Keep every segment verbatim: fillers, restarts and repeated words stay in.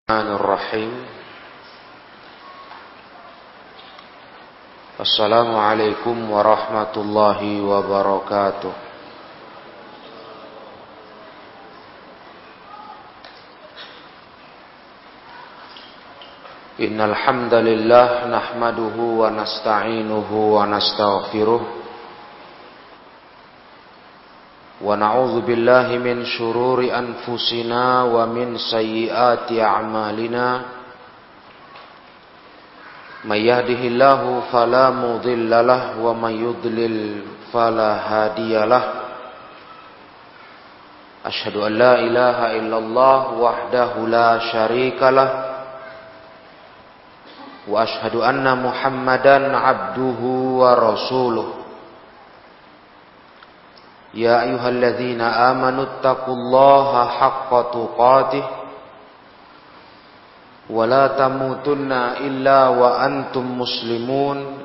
Bismillahirrahmanirrahim. Assalamualaikum warahmatullahi wabarakatuh. Innal hamdalillah nahmaduhu wa nasta'inuhu wa nastaghfiruh wa na'udzu billahi min syururi anfusina wa min sayyiati a'malina. May yahdihillahu fala mudhillalah wa may yudlil fala hadiyalah. Asyhadu an la ilaha illallah wahdahu la syarikalah wa asyhadu anna Muhammadan abduhu wa rasuluh. Ya ayyuhalladzina amanu taqullaha haqqa tuqatih wa la tamutunna illa wa antum muslimun.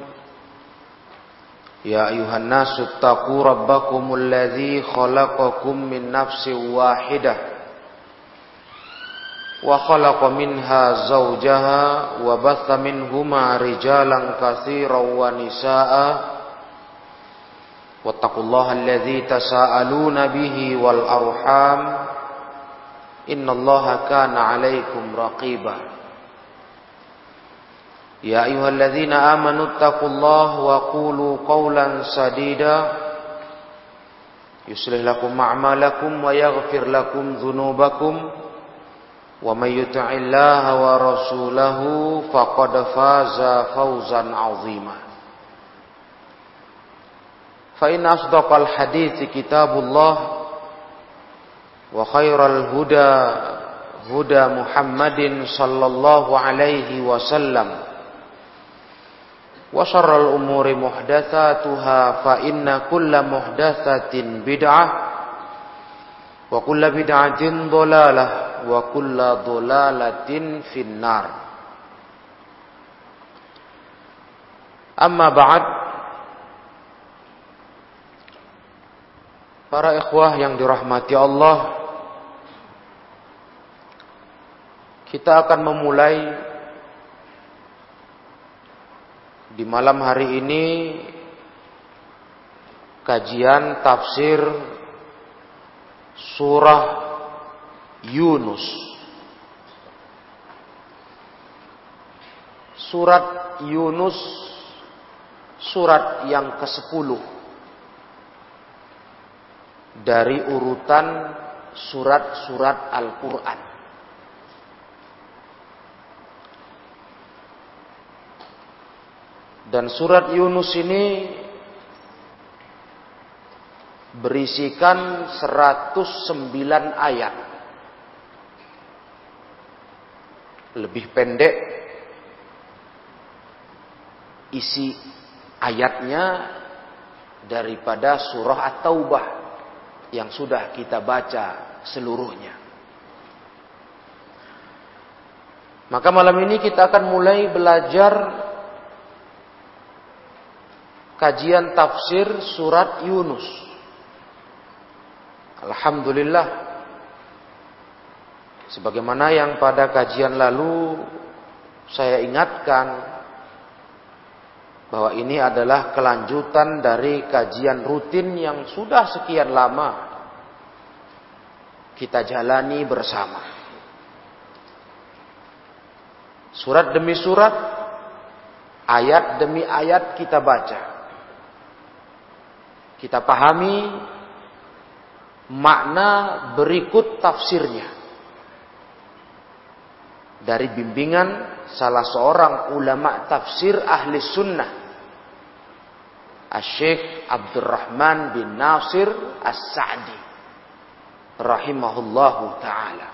Ya ayyuhan nasu taqu rabbakumul ladzi khalaqakum min nafsin wahidah wa khalaqa minha zawjaha wa batha minhuma rijalan katsiran wa nisaa'a. Wattaqullaha alladzi tasaaluna bihi wal arham innallaha kana 'alaikum raqiba. Ya ayyuhalladzina amanu taqullaha wa qulu qawlan sadida yuslih lakum a'malakum wa yaghfir lakum dhunubakum wa may yuti'illaha wa rasulahu faqad faza fawzan 'azima. Fa inna asdaqal hadithi kitabullah wa khairal huda huda Muhammadin sallallahu alaihi wasallam wa syarral umuri muhdatsatuha fa inna kulla muhdatsatin bid'ah wa kulla bid'atin dhalalah wa kulla dhalalatin finnar. Amma ba'd. Para ikhwah yang dirahmati Allah, kita akan memulai di malam hari ini kajian tafsir surah Yunus. Surat Yunus, surat yang kesepuluh dari urutan surat-surat Al-Quran. Dan surat Yunus ini berisikan seratus sembilan ayat. Lebih pendek isi ayatnya daripada surah At-Taubah yang sudah kita baca seluruhnya. Maka malam ini kita akan mulai belajar kajian tafsir surat Yunus. Alhamdulillah, sebagaimana yang pada kajian lalu saya ingatkan bahwa ini adalah kelanjutan dari kajian rutin yang sudah sekian lama kita jalani bersama. Surat demi surat, ayat demi ayat kita baca. Kita pahami makna berikut tafsirnya dari bimbingan salah seorang ulama tafsir ahli sunnah, Asy-Syaikh Abdurrahman bin Nasir As-Sa'di rahimahullahu ta'ala.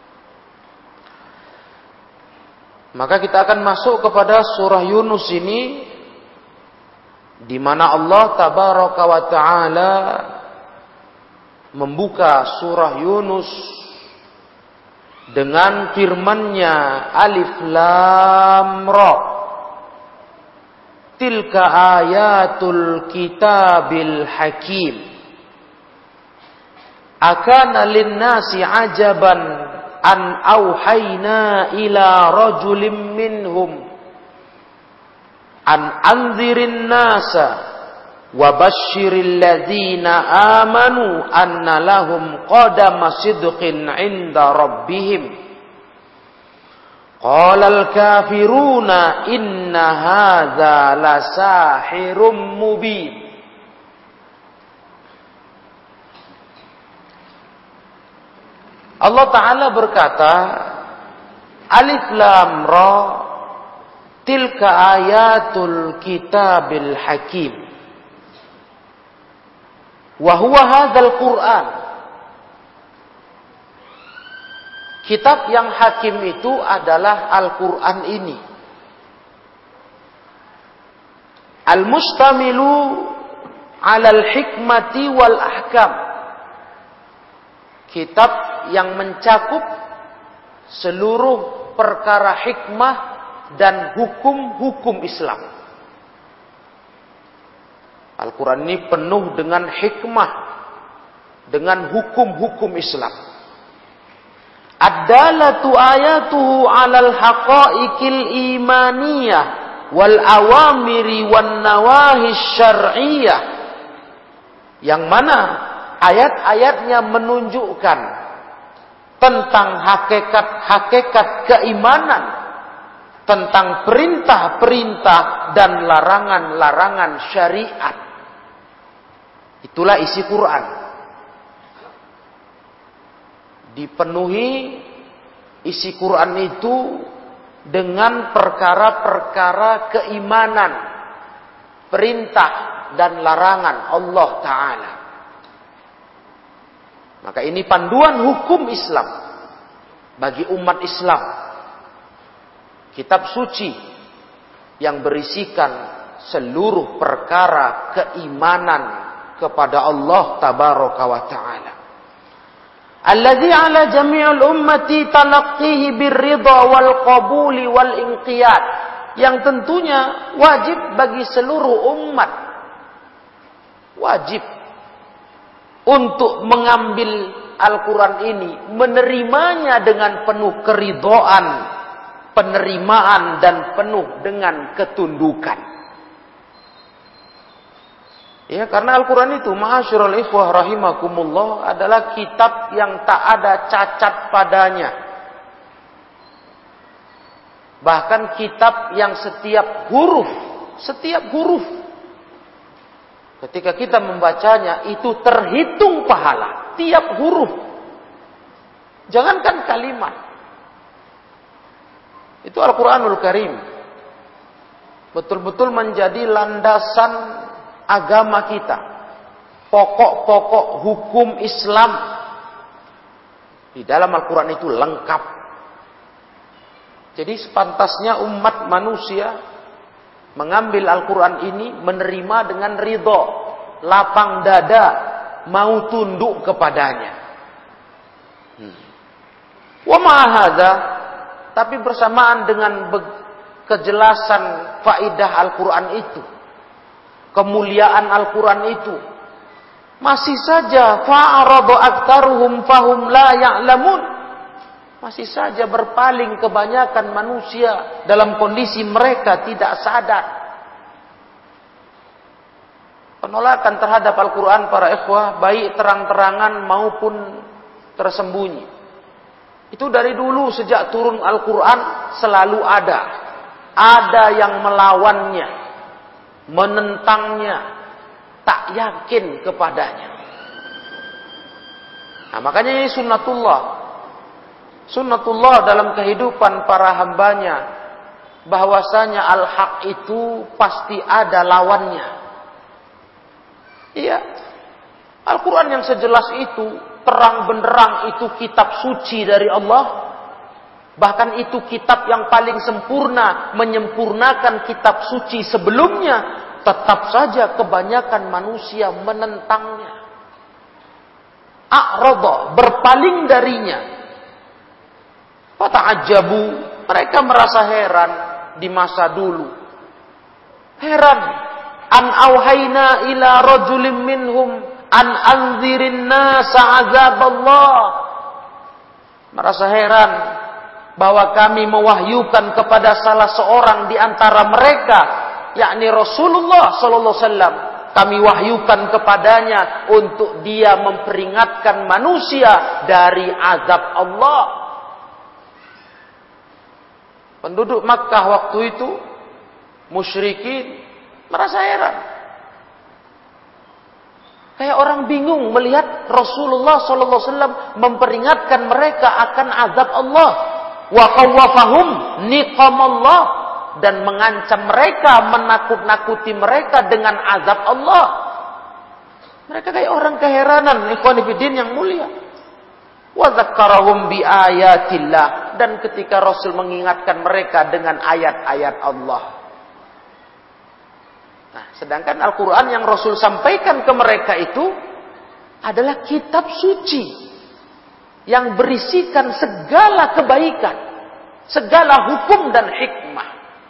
Maka kita akan masuk kepada surah Yunus ini, di mana Allah tabaraka wa ta'ala membuka surah Yunus dengan firman-Nya, Alif Lam Ra, tilka ayatul kitabil hakim. Akana linnasi ajaban an auhayna ila rajulim minhum an anzirin nasa wa basyiril ladzina amanu anna lahum qadama sidqin 'inda rabbihim. Qala al-kafiruna inna hadza lasahirum mubin. Allah Ta'ala berkata, Alif Lam Ra, tilka ayatul kitabil hakim. Wa huwa hadzal Qur'an. Kitab yang hakim itu adalah Al-Qur'an ini. Al-mustamilu 'alal hikmati wal ahkam. Kitab yang mencakup seluruh perkara hikmah dan hukum-hukum Islam. Al-Quran ini penuh dengan hikmah, dengan hukum-hukum Islam. Ad-dalatu ayatuhu 'alal haqa'iqil imaniyah wal awamiri wan nawahi syar'iyyah. Yang mana ayat-ayatnya menunjukkan tentang hakikat-hakikat keimanan, tentang perintah-perintah dan larangan-larangan syariat. Itulah isi Quran. Dipenuhi isi Quran itu dengan perkara-perkara keimanan, perintah dan larangan Allah Ta'ala. Maka ini panduan hukum Islam bagi umat Islam. Kitab suci yang berisikan seluruh perkara keimanan kepada Allah Tabaraka wa Ta'ala. Alladzi 'ala jami'il ummati talaqqihi birridha wal qabuli wal inqiyad. Yang tentunya wajib bagi seluruh umat, wajib untuk mengambil Al-Quran ini, menerimanya dengan penuh keridhaan, penerimaan dan penuh dengan ketundukan. Ya, karena Al-Quran itu, ma'asyiral ikhwah rahimakumullah, adalah kitab yang tak ada cacat padanya. Bahkan kitab yang setiap huruf, setiap huruf ketika kita membacanya itu terhitung pahala tiap huruf. Jangankan kalimat. Itu Al-Qur'anul Karim betul-betul menjadi landasan agama kita. Pokok-pokok hukum Islam di dalam Al-Qur'an itu lengkap. Jadi sepantasnya umat manusia mengambil Al-Quran ini, menerima dengan ridho, lapang dada, mau tunduk kepadanya. Wa ma'ahadha, tapi bersamaan dengan kejelasan faidah Al-Quran itu, kemuliaan Al-Quran itu, masih saja fa'aradu aktsaruhum fahum la ya'lamun. Masih saja berpaling kebanyakan manusia dalam kondisi mereka tidak sadar. Penolakan terhadap Al-Quran para ikhwah, baik terang-terangan maupun tersembunyi. Itu dari dulu sejak turun Al-Quran selalu ada. Ada yang melawannya, menentangnya, tak yakin kepadanya. Nah, makanya ini sunnatullah. Sunnatullah dalam kehidupan para hambanya, bahwasanya al-haq itu pasti ada lawannya. Iya, Al-Quran yang sejelas itu, terang benderang itu kitab suci dari Allah. Bahkan itu kitab yang paling sempurna, menyempurnakan kitab suci sebelumnya. Tetap saja kebanyakan manusia menentangnya. A'rada, berpaling darinya. Fata'ajabu, mereka merasa heran di masa dulu. Heran. An auhayna ila rajulim minhum an anzirin nasa azab Allah. merasa heran bahwa kami mewahyukan kepada salah seorang di antara mereka, yakni Rasulullah sallallahu alaihi wasallam. Kami wahyukan kepadanya untuk dia memperingatkan manusia dari azab Allah. Penduduk Makkah waktu itu, musyrikin, merasa heran. Kayak orang bingung melihat Rasulullah sallallahu alaihi wasallam memperingatkan mereka akan azab Allah. Wa khawwafahum niqamallah, dan mengancam mereka, menakut-nakuti mereka dengan azab Allah. Mereka kayak orang keheranan, ikhwan fillah yang mulia. Wa dzakkarahum bi ayatillah, dan ketika Rasul mengingatkan mereka dengan ayat-ayat Allah. Nah, sedangkan Al-Quran yang Rasul sampaikan ke mereka itu adalah kitab suci yang berisikan segala kebaikan, segala hukum dan hikmah.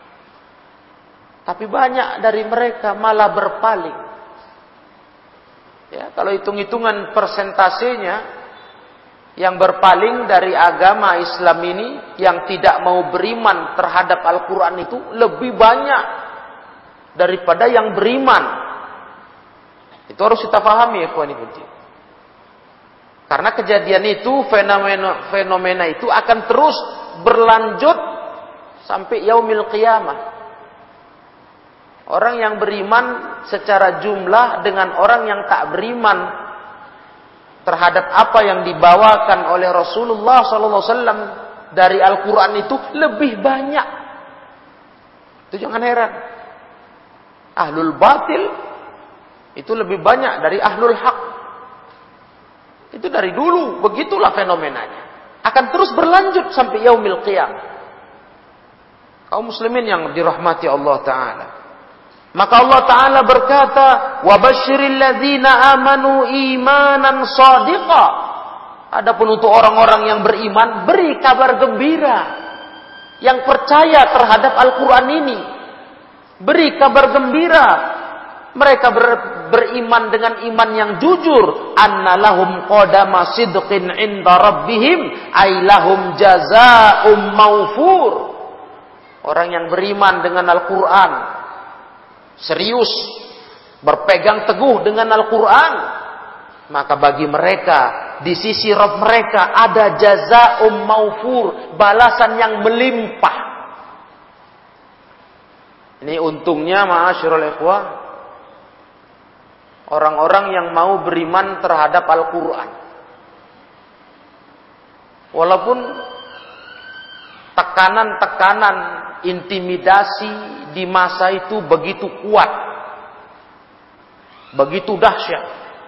Tapi banyak dari mereka malah berpaling. Ya, kalau hitung-hitungan persentasenya, yang berpaling dari agama Islam ini, yang tidak mau beriman terhadap Al-Quran itu lebih banyak daripada yang beriman. Itu harus kita pahami, ya ikhwan fillah. Karena kejadian itu, fenomena fenomena itu akan terus berlanjut sampai yaumil qiyamah. Orang yang beriman secara jumlah dengan orang yang tak beriman terhadap apa yang dibawakan oleh Rasulullah sallallahu alaihi wasallam dari Al-Quran itu lebih banyak. Itu jangan heran. Ahlul batil itu lebih banyak dari ahlul haq. Itu dari dulu, begitulah fenomenanya. Akan terus berlanjut sampai yaumil qiyamah. Kaum muslimin yang dirahmati Allah Ta'ala. Maka Allah Ta'ala berkata, وَبَشِّرِ الَّذِينَ آمَنُوا إِيمَانًا صَادِقًا. Adapun untuk orang-orang yang beriman, beri kabar gembira. Yang percaya terhadap Al-Quran ini, beri kabar gembira. Mereka ber, beriman dengan iman yang jujur. Anna lahum qadama sidqin inda rabbihim, ay lahum jazaa'um maufur. Orang yang beriman dengan Al-Quran, serius, berpegang teguh dengan Al-Quran, maka bagi mereka di sisi Rabb mereka ada jazaa'um maufur, balasan yang melimpah. Ini untungnya ma'asyiral ikhwah, orang-orang yang mau beriman terhadap Al-Quran. Walaupun tekanan-tekanan, intimidasi di masa itu begitu kuat, begitu dahsyat,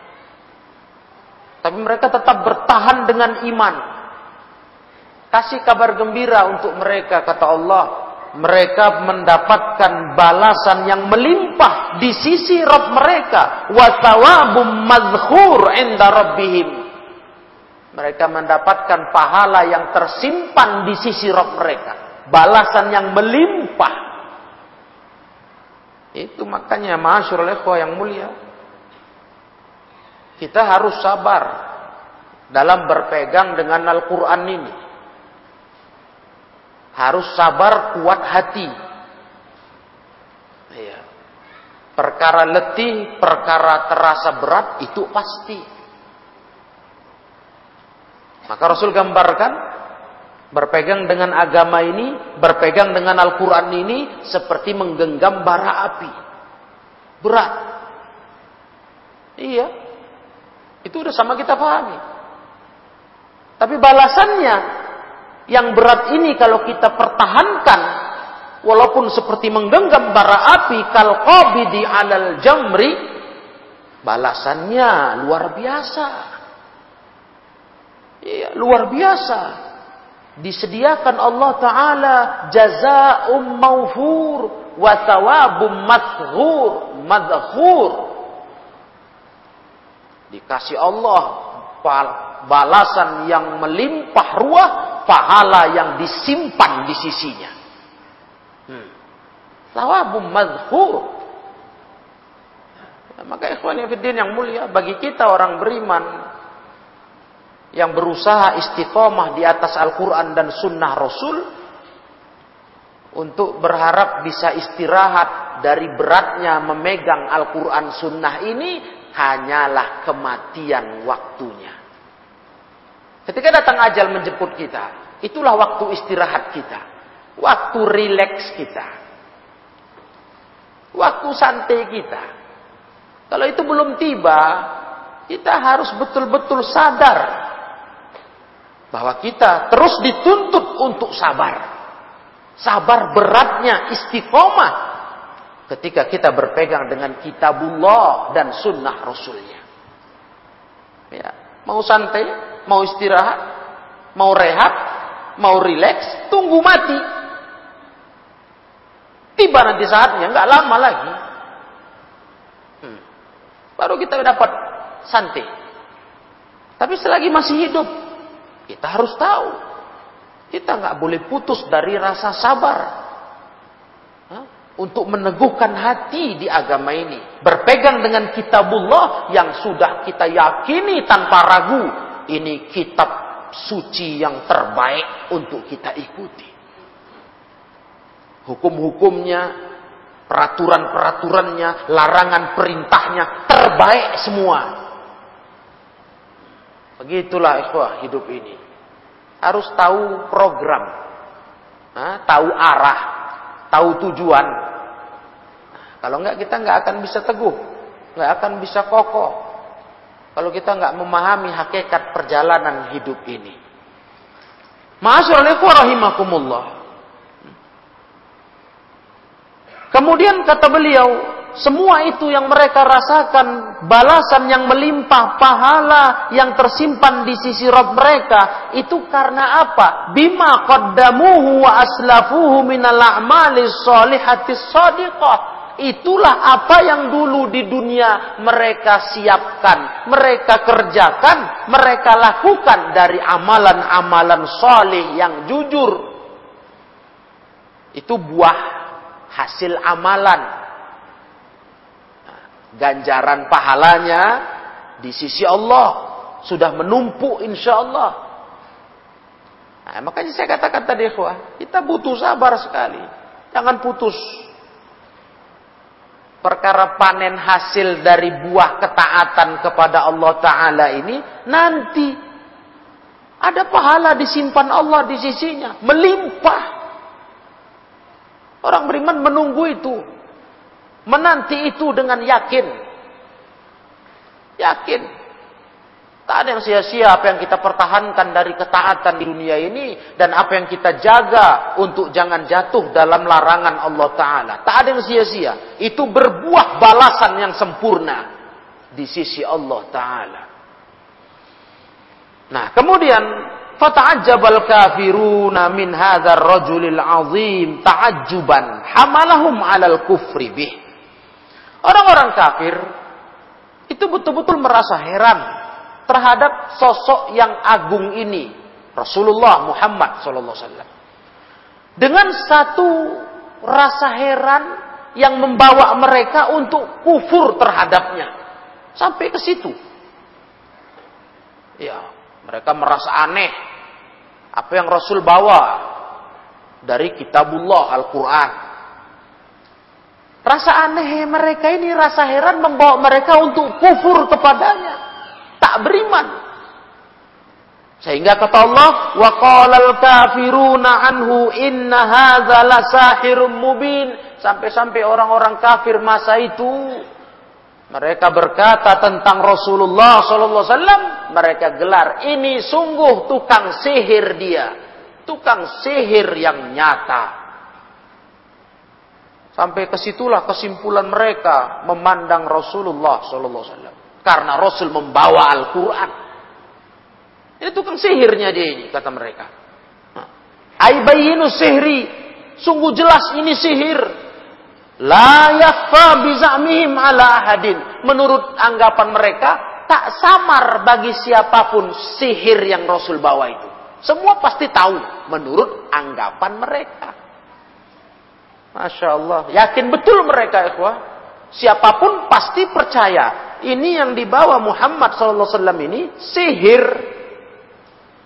tapi mereka tetap bertahan dengan iman. Kasih kabar gembira untuk mereka, kata Allah, mereka mendapatkan balasan yang melimpah di sisi Rabb mereka. Wa thawabum madhkur inda rabbihim. Mereka mendapatkan pahala yang tersimpan di sisi Rabb mereka. Balasan yang melimpah. Itu makanya ma'asyiral ikhwah yang mulia, kita harus sabar dalam berpegang dengan Al-Quran ini. Harus sabar, kuat hati. Ya. Perkara letih, perkara terasa berat, itu pasti. Maka Rasul gambarkan, berpegang dengan agama ini, berpegang dengan Al-Quran ini, seperti menggenggam bara api. Berat. Iya. Itu udah sama kita pahami. Tapi balasannya, yang berat ini kalau kita pertahankan, walaupun seperti menggenggam bara api, kal qabidi alal jamri, balasannya luar biasa. Iya, luar biasa. Disediakan Allah Ta'ala jazaa'um maufur wa thawabum madhkur, madhkur. Dikasih Allah balasan yang melimpah ruah, pahala yang disimpan di sisinya. Hmm. Thawabum madhkur. Ya, maka ikhwan fillah yang mulia, bagi kita orang beriman, yang berusaha istiqomah di atas Al-Quran dan Sunnah Rasul untuk berharap bisa istirahat dari beratnya memegang Al-Quran Sunnah ini hanyalah kematian waktunya. Ketika datang ajal menjemput kita, itulah waktu istirahat kita, waktu rileks kita, waktu santai kita. Kalau itu belum tiba, kita harus betul-betul sadar bahwa kita terus dituntut untuk sabar. Sabar beratnya istiqomah ketika kita berpegang dengan kitabullah dan sunnah Rasulnya. Ya, mau santai, mau istirahat, mau rehat, mau rileks, tunggu mati. Tiba nanti saatnya, nggak lama lagi. Hmm. Baru kita dapat santai. Tapi selagi masih hidup, kita harus tahu. Kita nggak boleh putus dari rasa sabar. Hah? Untuk meneguhkan hati di agama ini. Berpegang dengan kitabullah yang sudah kita yakini tanpa ragu. Ini kitab suci yang terbaik untuk kita ikuti. Hukum-hukumnya, peraturan-peraturannya, larangan perintahnya terbaik semua. Begitulah ikhwah hidup ini. Harus tahu program, nah, tahu arah, tahu tujuan. Nah, kalau enggak kita enggak akan bisa teguh, enggak akan bisa kokoh. Kalau kita enggak memahami hakikat perjalanan hidup ini. Ma'asyiral ikhwah rahimakumullah. Kemudian kata beliau, semua itu yang mereka rasakan, balasan yang melimpah, pahala yang tersimpan di sisi Rabb mereka, itu karena apa? Bima qaddamuhu wa aslafuhu minal a'malis shalihatis shadiqah. Itulah apa yang dulu di dunia mereka siapkan, mereka kerjakan, mereka lakukan dari amalan-amalan saleh yang jujur. Itu buah hasil amalan. Ganjaran pahalanya di sisi Allah sudah menumpuk insya Allah. Nah, makanya saya katakan tadi, ikhwah, kita butuh sabar sekali. Jangan putus. Perkara panen hasil dari buah ketaatan kepada Allah Ta'ala ini nanti ada pahala disimpan Allah di sisinya, melimpah. Orang beriman menunggu itu. Menanti itu dengan yakin. Yakin. Tak ada yang sia-sia apa yang kita pertahankan dari ketaatan di dunia ini. Dan apa yang kita jaga untuk jangan jatuh dalam larangan Allah Ta'ala. Tak ada yang sia-sia. Itu berbuah balasan yang sempurna di sisi Allah Ta'ala. Nah, kemudian fata'ajjabal kafiruna min hadzal rajulil azim ta'ajjuban hamalahum 'alal kufri bih. Orang-orang kafir itu betul-betul merasa heran terhadap sosok yang agung ini, Rasulullah Muhammad sallallahu alaihi wasallam. Dengan satu rasa heran yang membawa mereka untuk kufur terhadapnya. Sampai ke situ. Ya, mereka merasa aneh apa yang Rasul bawa dari kitabullah Al-Quran. Rasa aneh mereka ini, rasa heran membawa mereka untuk kufur kepadanya, tak beriman. Sehingga kata Allah, wa qalal kafiruna anhu inna hadza lasahirun mubin. Sampai-sampai orang-orang kafir masa itu mereka berkata tentang Rasulullah sallallahu alaihi wasallam, mereka gelar, ini sungguh tukang sihir dia, tukang sihir yang nyata. Sampai kesitulah kesimpulan mereka memandang Rasulullah sallallahu alaihi wasallam. Karena Rasul membawa Al-Quran. Ini tukang sihirnya dia ini, kata mereka. Aibayinu sihri, sungguh jelas ini sihir. La yakhfa bizamihim ala ahadin. Menurut anggapan mereka, tak samar bagi siapapun sihir yang Rasul bawa itu. Semua pasti tahu menurut anggapan mereka. Masya Allah, yakin betul mereka, ikhwah. Siapapun pasti percaya. Ini yang dibawa Muhammad sallallahu alaihi wasallam ini sihir.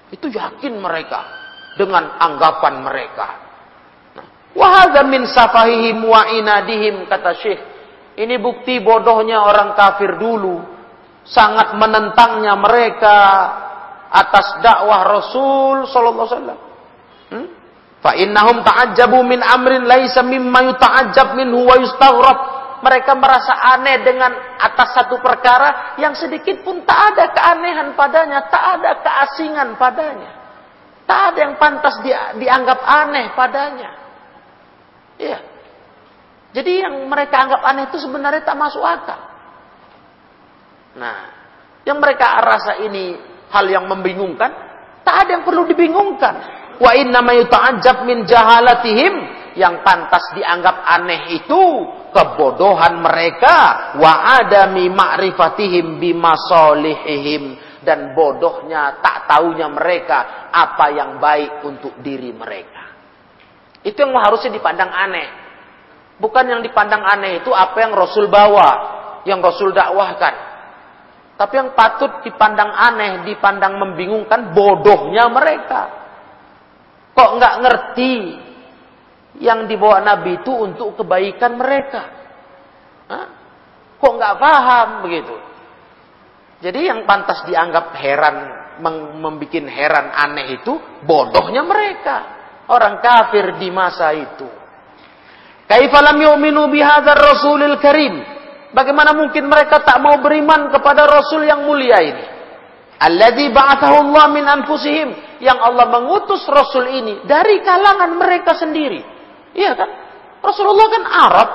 Itu yakin mereka dengan anggapan mereka. Nah, wa hadza min safahihim wa inadihim, kata Syekh. Ini bukti bodohnya orang kafir dulu, sangat menentangnya mereka atas dakwah Rasul sallallahu alaihi wasallam. Hmm? Fa innahum ta'ajjabu min amrin laisa mimma yuta'ajjab minhu wa yustaghrab. Mereka merasa aneh dengan atas satu perkara yang sedikit pun tak ada keanehan padanya, tak ada keasingan padanya. Tak ada yang pantas di, dianggap aneh padanya. Iya. Jadi yang mereka anggap aneh itu sebenarnya tak masuk akal. Nah, yang mereka rasa ini hal yang membingungkan, tak ada yang perlu dibingungkan. Wa inna ma yuta'ajjab min jahalatihim, yang pantas dianggap aneh itu kebodohan mereka, wa adami ma'rifatihim bimasolihihim, dan bodohnya tak taunya mereka apa yang baik untuk diri mereka. Itu yang harusnya dipandang aneh. Bukan yang dipandang aneh itu apa yang Rasul bawa, yang Rasul dakwahkan. Tapi yang patut dipandang aneh, dipandang membingungkan, bodohnya mereka. Kok nggak ngerti yang dibawa Nabi itu untuk kebaikan mereka? Hah? Kok nggak paham begitu? Jadi yang pantas dianggap heran, membuat heran aneh itu bodohnya mereka, orang kafir di masa itu. Kaifa lam yu'minu bihadzal rasulil karim? Bagaimana mungkin mereka tak mau beriman kepada Rasul yang mulia ini? Alladzi ba'athahu Allah min anfusihim, yang Allah mengutus Rasul ini dari kalangan mereka sendiri. Iya kan? Rasulullah kan Arab.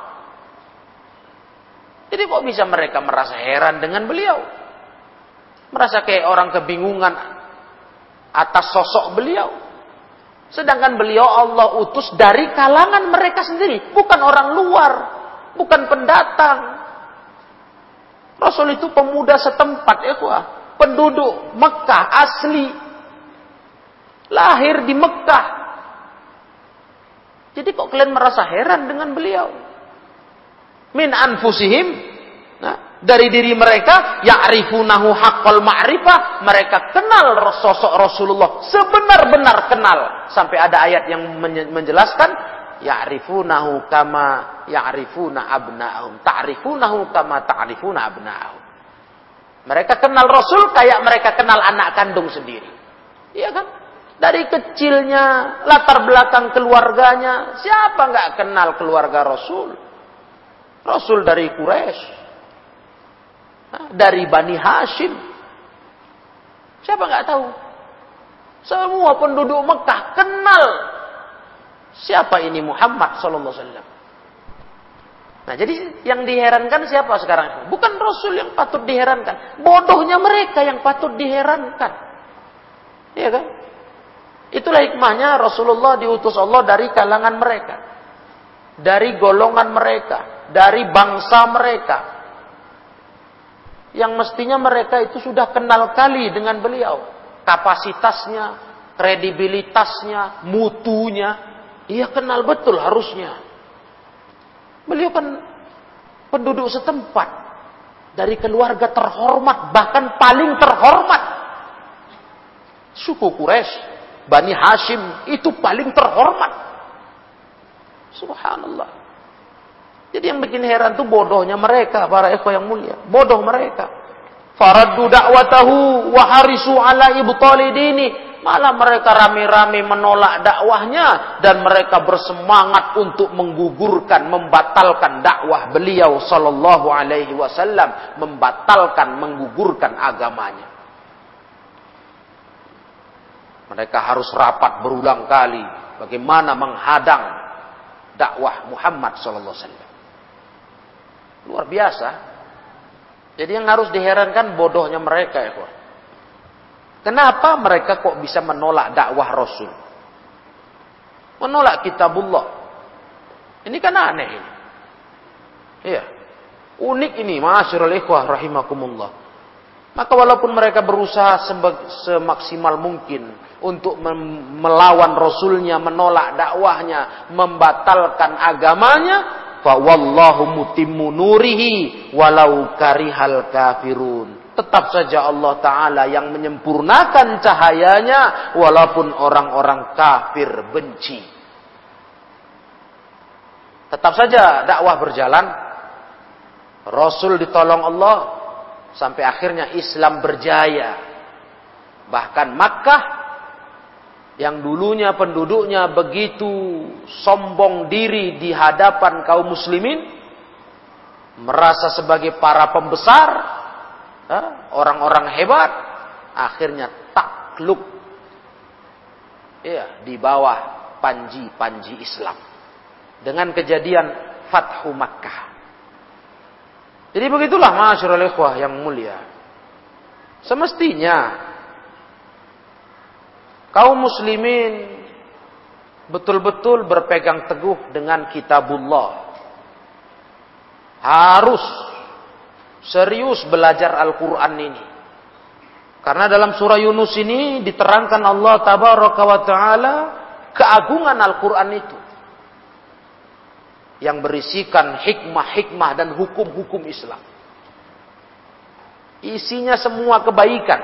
Jadi kok bisa mereka merasa heran dengan beliau? Merasa kayak orang kebingungan atas sosok beliau. Sedangkan beliau Allah utus dari kalangan mereka sendiri. Bukan orang luar. Bukan pendatang. Rasul itu pemuda setempat, ya kuah. Penduduk Mekah asli. Lahir di Mekah. Jadi kok kalian merasa heran dengan beliau? Min anfusihim, nah, dari diri mereka, ya'rifunahu haqqal ma'rifah, mereka kenal sosok Rasulullah, sebenar-benar kenal. Sampai ada ayat yang menjelaskan, ya'rifunahu kama ya'rifuna abna'ahum, ta'rifunahu kama ta'rifuna abna'ahum. Mereka kenal Rasul kayak mereka kenal anak kandung sendiri. Iya kan? Dari kecilnya, latar belakang keluarganya, siapa nggak kenal keluarga Rasul? Rasul dari Quraisy, dari Bani Hashim. Siapa nggak tahu? Semua penduduk Mekah kenal siapa ini Muhammad Sallallahu Alaihi Wasallam. Nah, jadi yang diherankan siapa sekarang? Bukan Rasul yang patut diherankan, bodohnya mereka yang patut diherankan. Iya kan? Itulah hikmahnya Rasulullah diutus Allah dari kalangan mereka. Dari golongan mereka. Dari bangsa mereka. Yang mestinya mereka itu sudah kenal kali dengan beliau. Kapasitasnya, kredibilitasnya, mutunya. Ia kenal betul harusnya. Beliau kan penduduk setempat. Dari keluarga terhormat. Bahkan paling terhormat. Suku Quraisy. Bani Hashim itu paling terhormat. Subhanallah. Jadi yang bikin heran itu bodohnya mereka, para ikhwah yang mulia. Bodoh mereka. Faraddu da'watahu wa harisu ala ibtali dini. Malah mereka rame-rame menolak dakwahnya dan mereka bersemangat untuk menggugurkan, membatalkan dakwah beliau sallallahu alaihi wasallam, membatalkan, menggugurkan agamanya. Mereka harus rapat berulang kali bagaimana menghadang dakwah Muhammad sallallahu alaihi wasallam. Luar biasa. Jadi yang harus diherankan bodohnya mereka, ya, Pak. Kenapa mereka kok bisa menolak dakwah Rasul? Menolak kitabullah. Ini kan aneh ini. Iya. Unik ini, ma'asyiral ikhwah rahimakumullah. Maka walaupun mereka berusaha semaksimal mungkin untuk melawan Rasulnya, menolak dakwahnya, membatalkan agamanya, fa wallahu mutimmu nurihi walau karihal kafirun. tetap saja Allah Ta'ala yang menyempurnakan cahayanya walaupun orang-orang kafir benci. Tetap saja dakwah berjalan, Rasul ditolong Allah, sampai akhirnya Islam berjaya. Bahkan Makkah yang dulunya penduduknya begitu sombong diri di hadapan kaum muslimin, merasa sebagai para pembesar, orang-orang hebat, akhirnya takluk ya, di bawah panji-panji Islam dengan kejadian Fathu Makkah. Jadi begitulah ma'asyiral ikhwah yang mulia. Semestinya kaum muslimin betul-betul berpegang teguh dengan kitabullah. Harus serius belajar Al-Quran ini. Karena dalam surah Yunus ini diterangkan Allah Tabaraka wa Ta'ala keagungan Al-Quran itu. Yang berisikan hikmah-hikmah dan hukum-hukum Islam. Isinya semua kebaikan.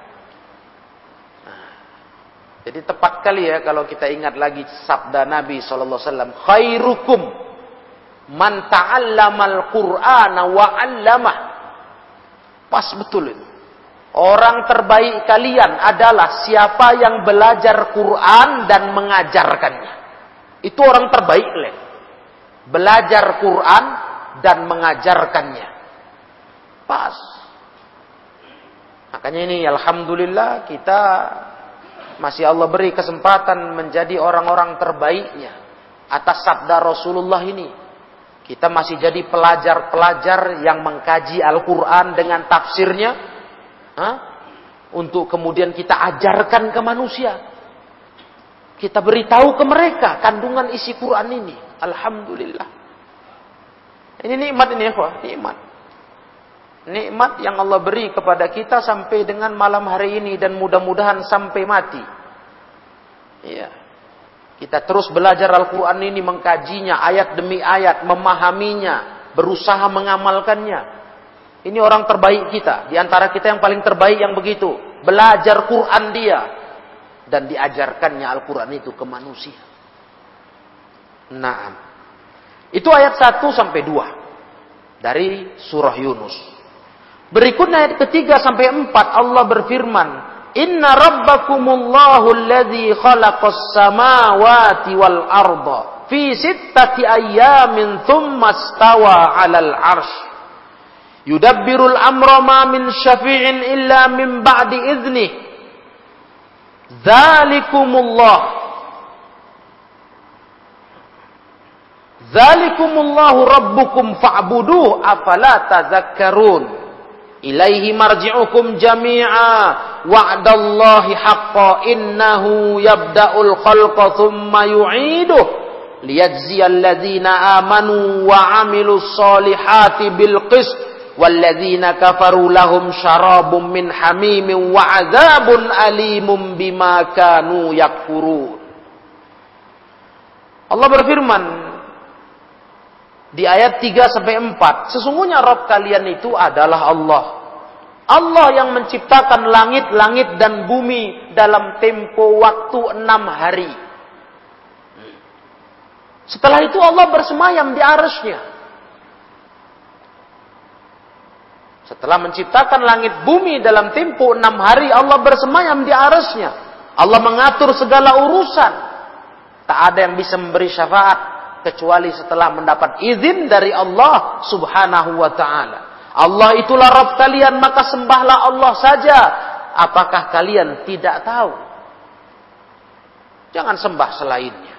Nah, jadi tepat kali ya kalau kita ingat lagi sabda Nabi shallallahu alaihi wasallam, khairukum man ta'allamal Qur'ana wa 'allamah. Pas betul itu. Orang terbaik kalian adalah siapa yang belajar Quran dan mengajarkannya. Itu orang terbaik kalian. Belajar Quran dan mengajarkannya. Pas. Makanya ini alhamdulillah kita masih Allah beri kesempatan menjadi orang-orang terbaiknya atas sabda Rasulullah ini. Kita masih jadi pelajar-pelajar yang mengkaji Al-Quran dengan tafsirnya. Hah? Untuk kemudian kita ajarkan ke manusia. Kita beritahu ke mereka kandungan isi Quran ini. Alhamdulillah. Ini nikmat ini ya, nikmat. Nikmat yang Allah beri kepada kita sampai dengan malam hari ini dan mudah-mudahan sampai mati. Iya. Kita terus belajar Al-Quran ini, mengkajinya ayat demi ayat, memahaminya, berusaha mengamalkannya. Ini orang terbaik kita. Di antara kita yang paling terbaik yang begitu. Belajar Quran dia. Dan diajarkannya Al-Quran itu ke manusia. Naam. Itu ayat satu sampai dua. Dari surah Yunus. Berikutnya ayat ketiga sampai empat Allah berfirman. Inna rabbakumullahu alladhi khalaqas samawati wal arda. Fi sittati ayyamin thumma stawa alal arsh. Yudabbirul amra ma min syafi'in illa min ba'di idhnih. Dzalikumullah. Dzalikumullahu rabbukum fa'buduh afala tazakkarun. Ilaihi marji'ukum jami'a wa'dallahi haqqan innahu yabda'ul khalqa thumma yu'iduh liyajziyal ladzina amanu wa 'amilus solihati bil qist walladzina kafaru lahum syarabun min hamimin wa 'adzabun alimun bima kanu yakfurun. Allah berfirman di ayat tiga sampai empat, sesungguhnya Rabb kalian itu adalah Allah. Allah yang menciptakan langit-langit dan bumi dalam tempo waktu enam hari. Setelah itu Allah bersemayam di arsy-Nya. Setelah menciptakan langit bumi dalam tempo enam hari, Allah bersemayam di arsy-Nya. Allah mengatur segala urusan. Tak ada yang bisa memberi syafaat kecuali setelah mendapat izin dari Allah subhanahu wa ta'ala. Allah itulah Rabb kalian, maka sembahlah Allah saja. Apakah kalian tidak tahu? Jangan sembah selainnya.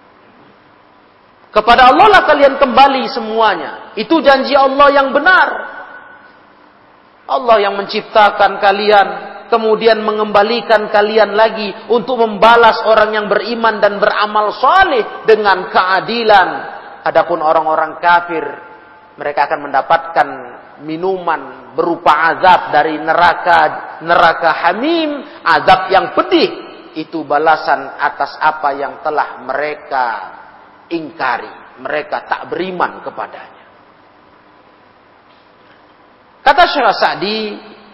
Kepada Allah lah kalian kembali semuanya. Itu janji Allah yang benar. Allah yang menciptakan kalian, kemudian mengembalikan kalian lagi untuk membalas orang yang beriman dan beramal saleh dengan keadilan. Adapun orang-orang kafir, mereka akan mendapatkan minuman berupa azab dari neraka neraka hamim, azab yang pedih. Itu balasan atas apa yang telah mereka ingkari, mereka tak beriman kepadanya. Kata Syekh Sa'di,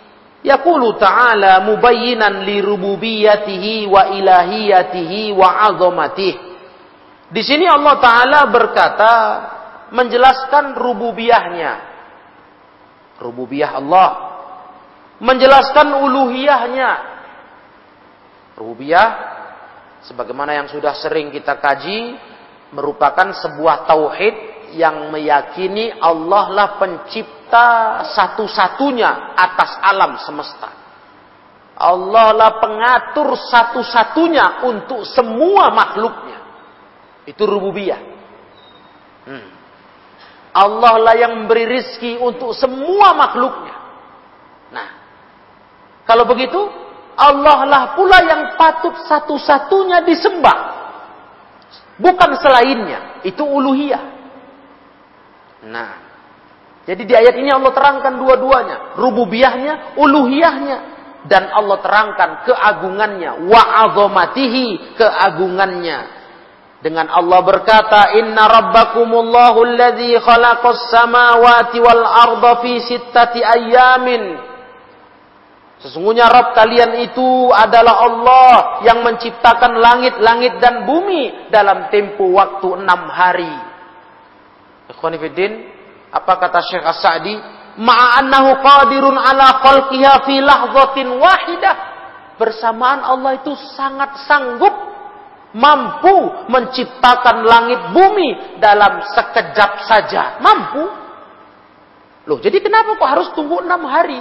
Yaqulu ta'ala mubayyinan li rububiyyatihi wa ilahiyatihi wa 'azamatihi. Di sini Allah Ta'ala berkata menjelaskan rububiyahnya. Rububiyah Allah. Menjelaskan uluhiyahnya. Rububiyah sebagaimana yang sudah sering kita kaji merupakan sebuah tauhid yang meyakini Allah lah pencipta satu-satunya atas alam semesta. Allah lah pengatur satu-satunya untuk semua makhluknya. Itu rububiyah. Hmm. Allah lah yang memberi rizki untuk semua makhluknya. Nah, kalau begitu, Allah lah pula yang patut satu-satunya disembah. Bukan selainnya. Itu uluhiyah. Nah, jadi di ayat ini Allah terangkan dua-duanya. Rububiyahnya, uluhiyahnya. Dan Allah terangkan keagungannya. Wa'azomatihi, keagungannya. Dengan Allah berkata, Inna rabbakumullahu alladhi khalaqas samawati wal arda fi sittati ayyamin. Sesungguhnya Rabb kalian itu adalah Allah yang menciptakan langit-langit dan bumi dalam tempo waktu enam hari. Ikhwani fiddin, apa kata Syekh As-Sa'di? Ma'annahu qadirun ala khalqiha fi lahzatin wahidah. Bersamaan Allah itu sangat sanggup mampu menciptakan langit bumi dalam sekejap saja. Mampu. Loh, jadi kenapa kok harus tunggu enam hari?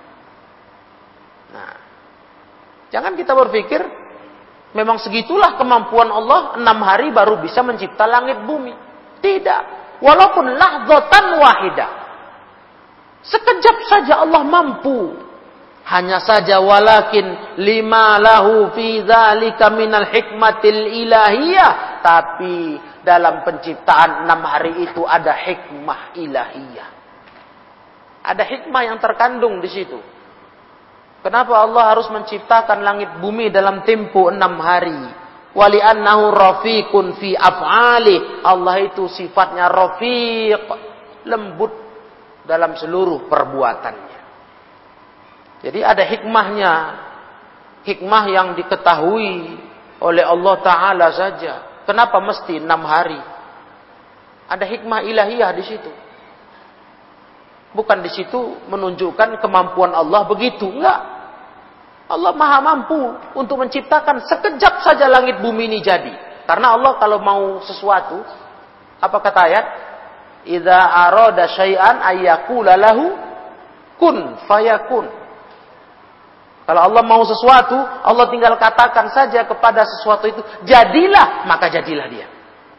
Nah, jangan kita berpikir memang segitulah kemampuan Allah, enam hari baru bisa mencipta langit bumi. Tidak. Walaupun lahzatan wahidah. Sekejap saja Allah mampu. Hanya saja walakin lima lahu fi dzalika minal hikmatil ilahiyah. Tapi dalam penciptaan enam hari itu ada hikmah ilahiyah. Ada hikmah yang terkandung di situ. Kenapa Allah harus menciptakan langit bumi dalam tempo enam hari? Wali annahu rafiqun fi af'ali. Allah itu sifatnya rafiq, lembut dalam seluruh perbuatannya. Jadi ada hikmahnya. Hikmah yang diketahui oleh Allah Ta'ala saja. Kenapa mesti enam hari? Ada hikmah ilahiyah di situ. Bukan di situ menunjukkan kemampuan Allah begitu. Enggak. Allah maha mampu untuk menciptakan sekejap saja langit bumi ini jadi. Karena Allah kalau mau sesuatu, apa kata ayat? Idza arada syai'an ayyaqula lahu kun fayakun. Kalau Allah mau sesuatu, Allah tinggal katakan saja kepada sesuatu itu, jadilah, maka jadilah dia.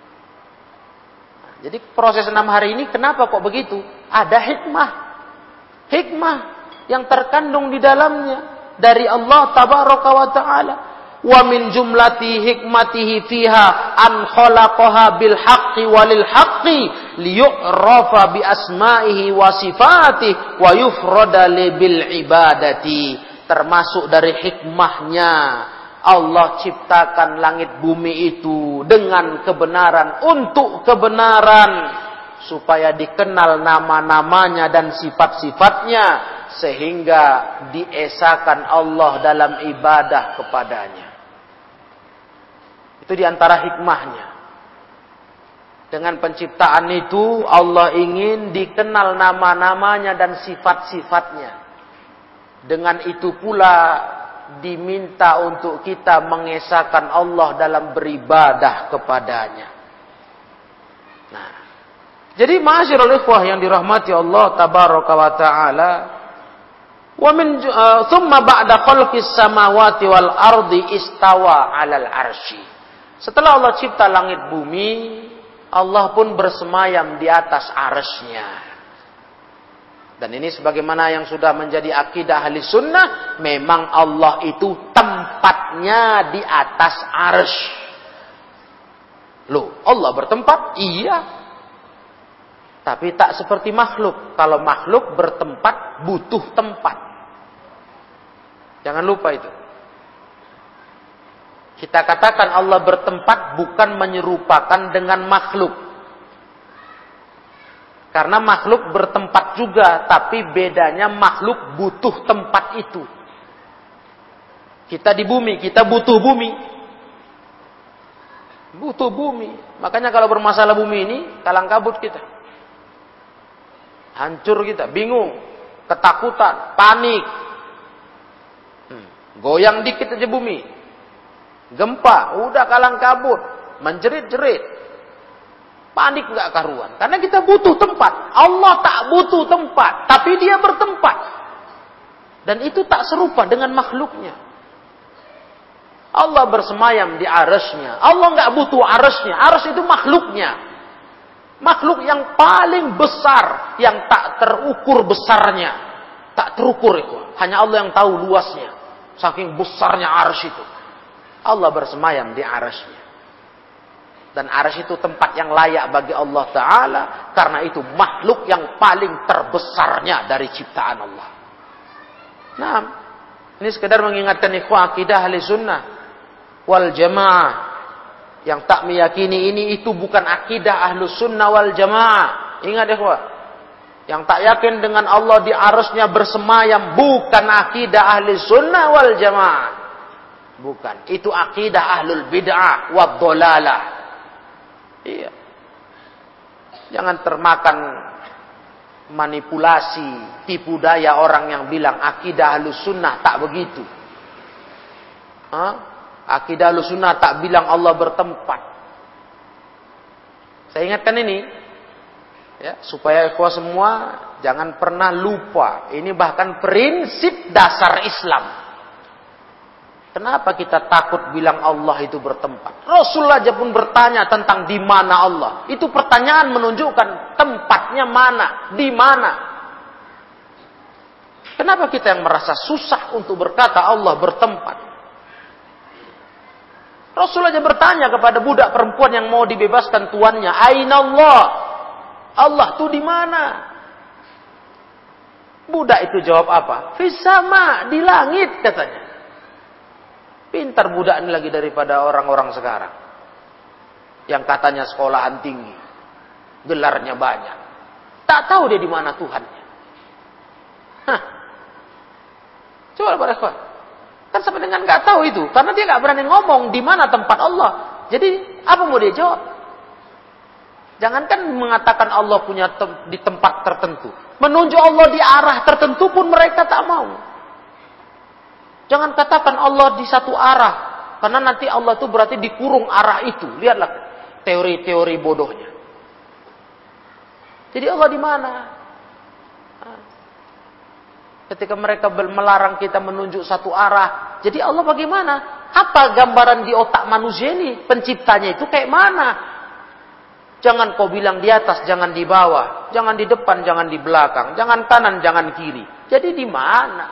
Jadi proses enam hari ini kenapa kok begitu? Ada hikmah. Hikmah yang terkandung di dalamnya dari Allah Tabaraka wa Ta'ala. Wa min jumlati hikmatihi fiha an khalaqaha bil haqqi walil haqqi liyu'rafa bi asma'ihi wa sifatihi wa yufrada bil ibadati. Termasuk dari hikmahnya Allah ciptakan langit bumi itu dengan kebenaran, untuk kebenaran, supaya dikenal nama-namanya dan sifat-sifatnya, sehingga diesakan Allah dalam ibadah kepadanya. Itu diantara hikmahnya. Dengan penciptaan itu Allah ingin dikenal nama-namanya dan sifat-sifatnya. Dengan itu pula diminta untuk kita mengesahkan Allah dalam beribadah kepadanya. Nah, jadi ma'asyiral ikhwah yang dirahmati Allah Tabaraka wa Ta'ala, wa min thumma ba'da khalqis samawati wal ardi istawa 'alal arsy. Setelah Allah cipta langit bumi, Allah pun bersemayam di atas arsy-Nya. Dan ini sebagaimana yang sudah menjadi akidah ahli sunnah, memang Allah itu tempatnya di atas arsy. Loh, Allah bertempat? Iya. Tapi tak seperti makhluk. Kalau makhluk bertempat, butuh tempat. Jangan lupa itu. Kita katakan Allah bertempat bukan menyerupakan dengan makhluk. Karena makhluk bertempat juga, tapi bedanya makhluk butuh tempat itu. Kita di bumi, kita butuh bumi. Butuh bumi. Makanya kalau bermasalah bumi ini, kalang kabut kita. Hancur kita, bingung, ketakutan, panik. Hmm. Goyang dikit aja bumi. Gempa, udah kalang kabut, menjerit-jerit. Panik nggak karuan. Karena kita butuh tempat. Allah tak butuh tempat, tapi dia bertempat. Dan itu tak serupa dengan makhluknya. Allah bersemayam di arasnya. Allah nggak butuh arasnya. Aras itu makhluknya. Makhluk yang paling besar, yang tak terukur besarnya. Tak terukur itu. Hanya Allah yang tahu luasnya. Saking besarnya aras itu. Allah bersemayam di arasnya. Dan arsy itu tempat yang layak bagi Allah Ta'ala. Karena itu makhluk yang paling terbesarnya dari ciptaan Allah. Nah, ini sekedar mengingatkan ikhwah akidah ahli sunnah wal jamaah. Yang tak meyakini ini itu bukan akidah ahlu sunnah wal jamaah. Ingat ikhwah. Yang tak yakin dengan Allah di arsy-Nya bersemayam bukan akidah ahli sunnah wal jamaah. Bukan. Itu akidah ahlul bid'ah wad dhalalah. Iya. Jangan termakan manipulasi, tipu daya orang yang bilang akidah Ahlus Sunnah tak begitu. Hah? Akidah Ahlus Sunnah tak bilang Allah bertempat. Saya ingatkan ini ya, supaya ikhwah semua jangan pernah lupa. Ini bahkan prinsip dasar Islam. Kenapa kita takut bilang Allah itu bertempat? Rasul aja pun bertanya tentang di mana Allah. Itu pertanyaan menunjukkan tempatnya mana, di mana. Kenapa kita yang merasa susah untuk berkata Allah bertempat? Rasul aja bertanya kepada budak perempuan yang mau dibebaskan tuannya, Aina Allah? Allah itu di mana? Budak itu jawab apa? Fis sama, di langit katanya. Pintar budak ini lagi daripada orang-orang sekarang. Yang katanya sekolahan tinggi. Gelarnya banyak. Tak tahu dia di mana Tuhannya. Hah. Coba pada ikhwan. Kan sampai dengan gak tahu itu. Karena dia gak berani ngomong di mana tempat Allah. Jadi apa mau dia jawab? Jangankan mengatakan Allah punya tem- di tempat tertentu. Menunjuk Allah di arah tertentu pun mereka tak mau. Jangan katakan Allah di satu arah. Karena nanti Allah itu berarti dikurung arah itu. Lihatlah teori-teori bodohnya. Jadi Allah di mana? Ketika mereka melarang kita menunjuk satu arah. Jadi Allah bagaimana? Apa gambaran di otak manusia ini? Penciptanya itu kayak mana? Jangan kau bilang di atas, jangan di bawah. Jangan di depan, jangan di belakang. Jangan kanan, jangan kiri. Jadi di mana?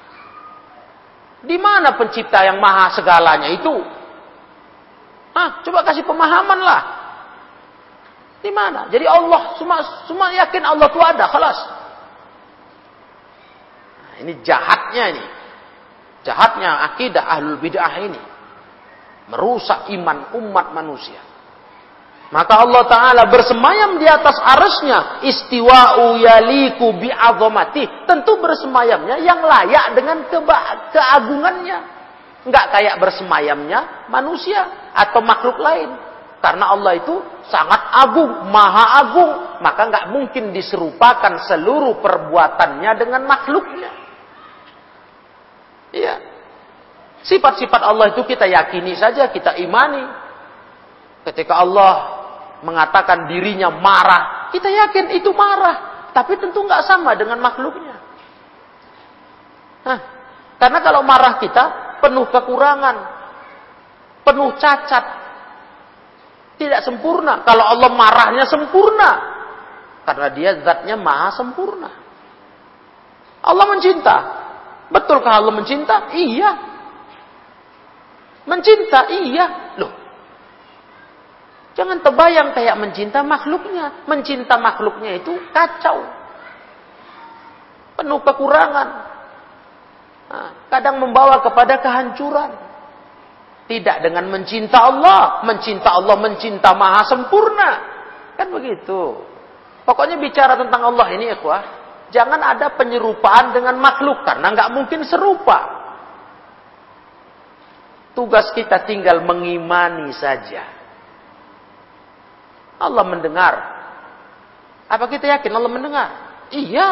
Di mana pencipta yang maha segalanya itu? Hah, coba kasih pemahaman lah. Di mana? Jadi Allah, semua, semua yakin Allah itu ada, khalas. Nah, ini jahatnya ini. Jahatnya akidah ahlul bid'ah ini. Merusak iman umat manusia. Maka Allah Ta'ala bersemayam di atas arsy-Nya. Istiwa'u yaliku bi'azamati. Tentu bersemayamnya yang layak dengan keba- keagungannya. Enggak kayak bersemayamnya manusia atau makhluk lain. Karena Allah itu sangat agung, maha agung. Maka enggak mungkin diserupakan seluruh perbuatannya dengan makhluknya. Iya. Sifat-sifat Allah itu kita yakini saja, kita imani. Ketika Allah mengatakan dirinya marah, kita yakin itu marah, tapi tentu nggak sama dengan makhluknya. Hah, karena kalau marah kita penuh kekurangan, penuh cacat, tidak sempurna. Kalau Allah marahnya sempurna, karena Dia zatnya maha sempurna. Allah mencinta, betulkah Allah mencinta? Iya, mencinta iya, loh. Jangan terbayang kayak mencinta makhluknya. Mencinta makhluknya itu kacau. Penuh kekurangan. Nah, kadang membawa kepada kehancuran. Tidak dengan mencinta Allah. Mencinta Allah, mencinta maha sempurna. Kan begitu. Pokoknya bicara tentang Allah ini, ikhwah, jangan ada penyerupaan dengan makhluk, karena nggak mungkin serupa. Tugas kita tinggal mengimani saja. Allah mendengar. Apa kita yakin Allah mendengar? Iya.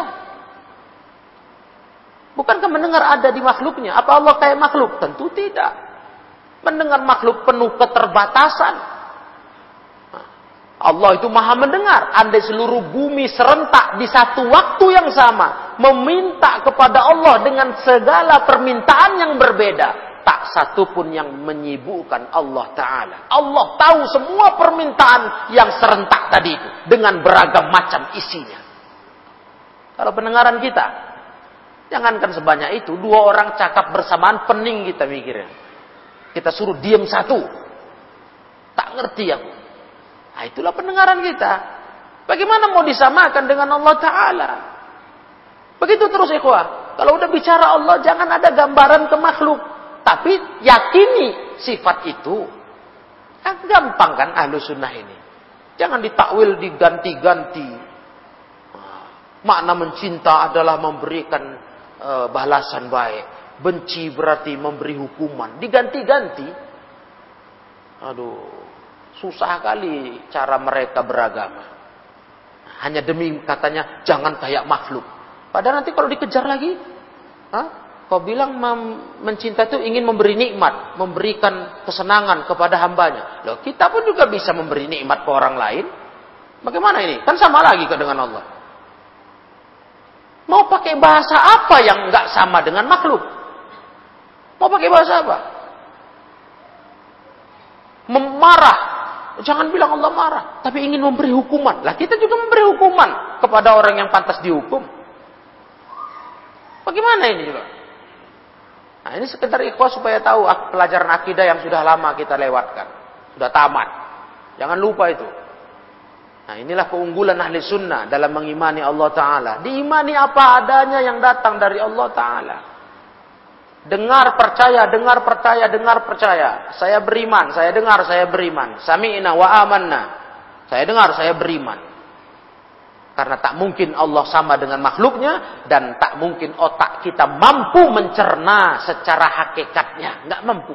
Bukankah mendengar ada di makhluknya? Apa Allah kayak makhluk? Tentu tidak. Mendengar makhluk penuh keterbatasan. Allah itu maha mendengar. Andai seluruh bumi serentak di satu waktu yang sama meminta kepada Allah dengan segala permintaan yang berbeda, tak satu pun yang menyibukkan Allah Ta'ala. Allah tahu semua permintaan yang serentak tadi itu dengan beragam macam isinya. Kalau pendengaran kita, jangankan sebanyak itu, dua orang cakap bersamaan pening kita mikirnya. Kita suruh diam satu, tak ngerti aku. Nah, itulah pendengaran kita. Bagaimana mau disamakan dengan Allah Ta'ala? Begitu terus, ikhwah. Kalau udah bicara Allah, jangan ada gambaran ke makhluk. Tapi yakini sifat itu. Kan gampang kan ahlu sunnah ini. Jangan ditakwil, diganti-ganti. Makna mencinta adalah memberikan e, balasan baik. Benci berarti memberi hukuman. Diganti-ganti. Aduh, susah kali cara mereka beragama. Hanya demi katanya jangan kayak makhluk. Padahal nanti kalau dikejar lagi, hah? Kau bilang mencinta itu ingin memberi nikmat, memberikan kesenangan kepada hambanya. Loh, kita pun juga bisa memberi nikmat ke orang lain. Bagaimana ini? Kan sama lagi ke dengan Allah. Mau pakai bahasa apa yang nggak sama dengan makhluk? Mau pakai bahasa apa? Memarah. Jangan bilang Allah marah, tapi ingin memberi hukuman. Lah kita juga memberi hukuman kepada orang yang pantas dihukum. Bagaimana ini juga? Nah, ini sekedar ikhwah supaya tahu pelajaran akidah yang sudah lama kita lewatkan. Sudah tamat. Jangan lupa itu. Nah, inilah keunggulan ahli sunnah dalam mengimani Allah Ta'ala. Diimani apa adanya yang datang dari Allah Ta'ala. Dengar percaya, dengar percaya, dengar percaya. Saya beriman, saya dengar, saya beriman. Sami'na wa amanna. Saya dengar, saya beriman. Karena tak mungkin Allah sama dengan makhluknya. Dan tak mungkin otak kita mampu mencerna secara hakikatnya. Nggak mampu.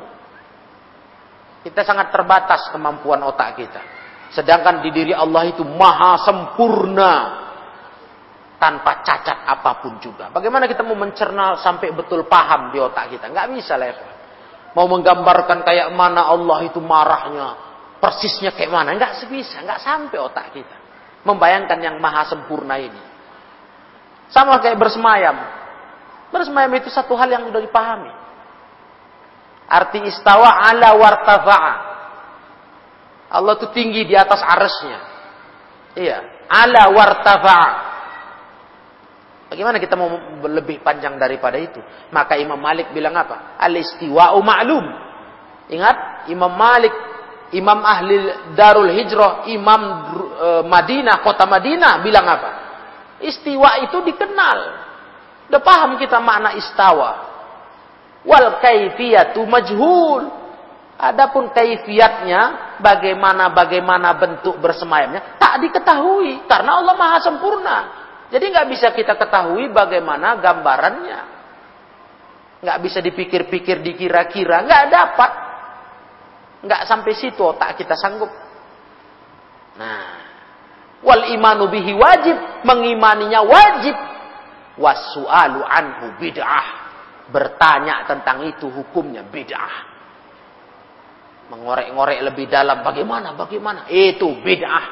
Kita sangat terbatas kemampuan otak kita. Sedangkan di diri Allah itu maha sempurna. Tanpa cacat apapun juga. Bagaimana kita mau mencerna sampai betul paham di otak kita? Nggak bisa lah ya. Mau menggambarkan kayak mana Allah itu marahnya. Persisnya kayak mana. Nggak bisa. Nggak sampai otak kita. Membayangkan yang maha sempurna ini. Sama kayak bersemayam. Bersemayam itu satu hal yang sudah dipahami. Arti istawa ala wartafa'a. Allah itu tinggi di atas arasnya. Iya. Ala wartafa'a. Bagaimana kita mau lebih panjang daripada itu? Maka Imam Malik bilang apa? Al-istiwa'u ma'lum. Ingat, Imam Malik, Imam ahli Darul Hijrah, Imam e, Madinah, kota Madinah bilang apa? Istiwa itu dikenal. Udah paham kita makna istawa. Wal kaifiyatu majhul. Adapun kaifiatnya, bagaimana-bagaimana bentuk bersemayamnya, tak diketahui. Karena Allah maha sempurna. Jadi nggak bisa kita ketahui bagaimana gambarannya. Nggak bisa dipikir-pikir, dikira-kira. Nggak dapat. Nggak sampai situ otak kita sanggup. Nah, wal imanu bihi wajib, mengimaninya wajib. Wasu'alu anhu bid'ah, bertanya tentang itu hukumnya bid'ah. Mengorek-ngorek lebih dalam, bagaimana, bagaimana? Itu bid'ah.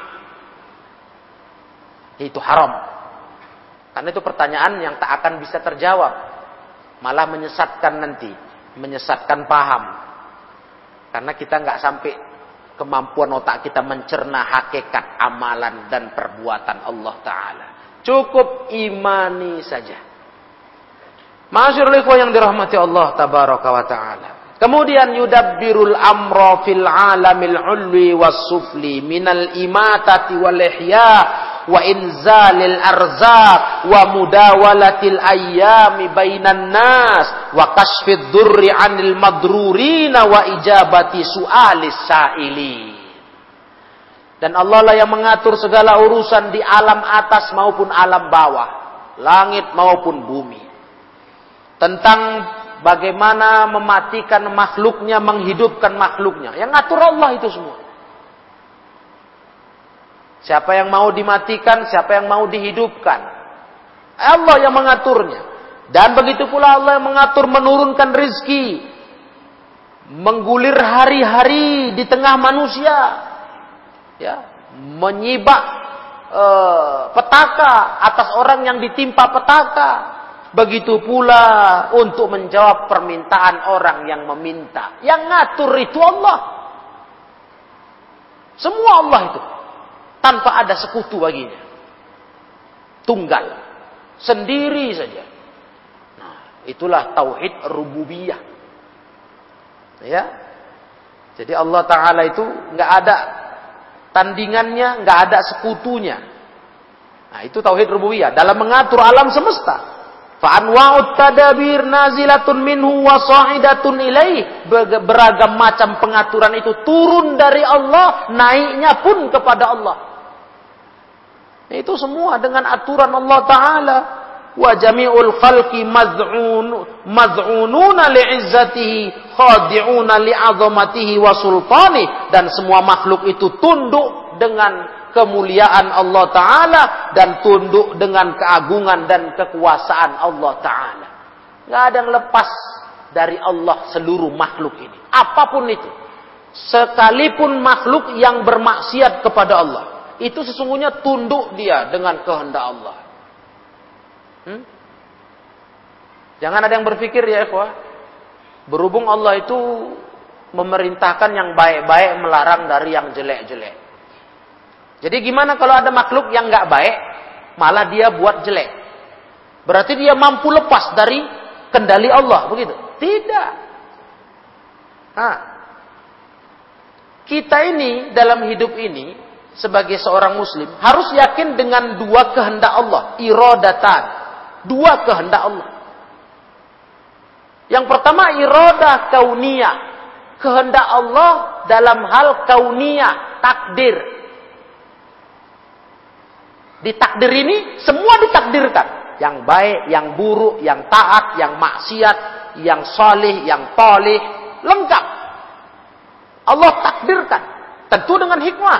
Itu haram. Karena itu pertanyaan yang tak akan bisa terjawab. Malah menyesatkan nanti, menyesatkan paham. Karena kita nggak sampai kemampuan otak kita mencerna hakikat amalan dan perbuatan Allah Ta'ala. Cukup imani saja. Ma'asyiral ikhwah yang dirahmati Allah Tabaraka wa Ta'ala. Kemudian yudabbirul amra fil alamil ulwi was sufli minal imatati wal ihya wa inzalil arzaq wa mudawalatil ayyami bainan nas wa kashfid durri anil madrurina wa ijabati su'alis sa'ili. Dan Allah lah yang mengatur segala urusan di alam atas maupun alam bawah, langit maupun bumi. Tentang bagaimana mematikan makhluknya, menghidupkan makhluknya. Yang ngatur Allah itu semua. Siapa yang mau dimatikan, siapa yang mau dihidupkan. Allah yang mengaturnya. Dan begitu pula Allah yang mengatur menurunkan rizki. Menggulir hari-hari di tengah manusia. Ya, menyibak e, petaka atas orang yang ditimpa petaka. Begitu pula untuk menjawab permintaan orang yang meminta. Yang ngatur itu Allah. Semua Allah itu. Tanpa ada sekutu baginya. Tunggal. Sendiri saja. Nah, itulah tauhid rububiyah. Ya. Jadi Allah Ta'ala itu nggak ada tandingannya, nggak ada sekutunya. Nah, itu tauhid rububiyah. Dalam mengatur alam semesta. Fa'anwa'ut tadabir nazilatun minhu wa sa'idatun ilaih. Beragam macam pengaturan itu turun dari Allah, naiknya pun kepada Allah. Itu semua dengan aturan Allah Ta'ala. Wa jami'ul khalqi maz'un maz'ununa li'izzatihi khadi'una li'azamatihi wa sultani. Dan semua makhluk itu tunduk dengan kemuliaan Allah Ta'ala dan tunduk dengan keagungan dan kekuasaan Allah Ta'ala. Nggak ada yang lepas dari Allah seluruh makhluk ini. Apapun itu. Sekalipun makhluk yang bermaksiat kepada Allah. Itu sesungguhnya tunduk dia dengan kehendak Allah. Hmm? Jangan ada yang berpikir ya ikhwah. Berhubung Allah itu memerintahkan yang baik-baik, melarang dari yang jelek-jelek. Jadi gimana kalau ada makhluk yang nggak baik, malah dia buat jelek? Berarti dia mampu lepas dari kendali Allah, begitu? Tidak. Nah, kita ini dalam hidup ini sebagai seorang muslim harus yakin dengan dua kehendak Allah, iradatan, dua kehendak Allah. Yang pertama iradah kauniyah, kehendak Allah dalam hal kauniyah, takdir. Di takdir ini semua ditakdirkan. Yang baik, yang buruk, yang taat, yang maksiat, yang salih, yang talih, lengkap. Allah takdirkan. Tentu dengan hikmah.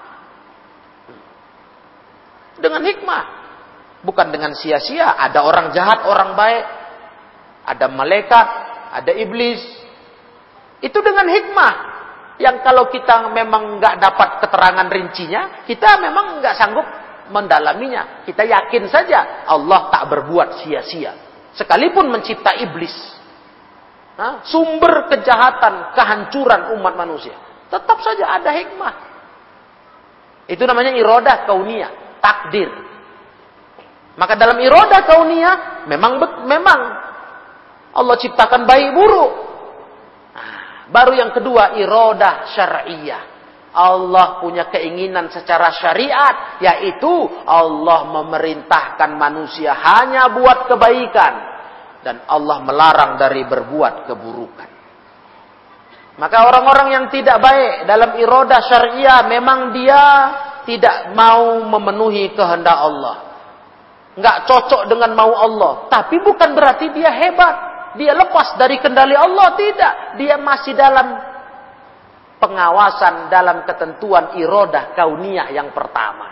Dengan hikmah. Bukan dengan sia-sia. Ada orang jahat, orang baik. Ada malaikat, ada iblis. Itu dengan hikmah. Yang kalau kita memang nggak dapat keterangan rincinya, kita memang nggak sanggup mendalaminya. Kita yakin saja Allah tak berbuat sia-sia. Sekalipun mencipta iblis, nah, sumber kejahatan, kehancuran umat manusia, tetap saja ada hikmah. Itu namanya iradah kauniyah, takdir. Maka dalam iradah kauniyah memang memang Allah ciptakan baik buruk. Nah, baru yang kedua iradah syar'iyah. Allah punya keinginan secara syariat, yaitu Allah memerintahkan manusia hanya buat kebaikan dan Allah melarang dari berbuat keburukan. Maka orang-orang yang tidak baik dalam iradah syariah memang dia tidak mau memenuhi kehendak Allah. Nggak cocok dengan mau Allah, tapi bukan berarti dia hebat, dia lepas dari kendali Allah, tidak. Dia masih dalam pengawasan dalam ketentuan iradah kauniyah yang pertama.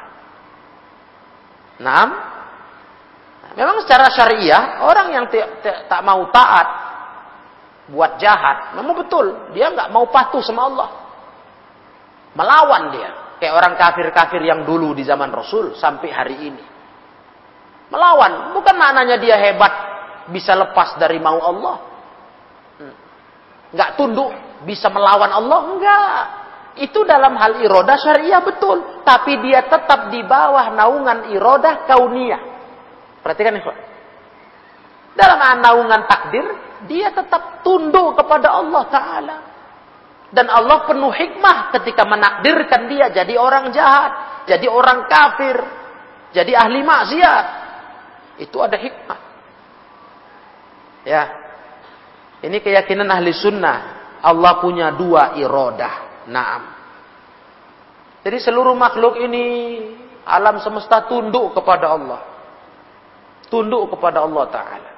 Nah, memang secara syariah orang yang tak mau taat, buat jahat, memang betul dia nggak mau patuh sama Allah, melawan dia. Kayak orang kafir-kafir yang dulu di zaman Rasul sampai hari ini, melawan. Bukan maknanya dia hebat bisa lepas dari mau Allah, nggak tunduk, bisa melawan Allah, enggak. Itu dalam hal iradah syariah betul, tapi dia tetap di bawah naungan iradah kauniyah. Perhatikan ini, dalam naungan takdir dia tetap tunduk kepada Allah Ta'ala. Dan Allah penuh hikmah ketika menakdirkan dia jadi orang jahat, jadi orang kafir, jadi ahli maksiat. Itu ada hikmah. Ya, ini keyakinan ahli sunnah. Allah punya dua iradah. Naam. Jadi seluruh makhluk ini, alam semesta tunduk kepada Allah. Tunduk kepada Allah Ta'ala.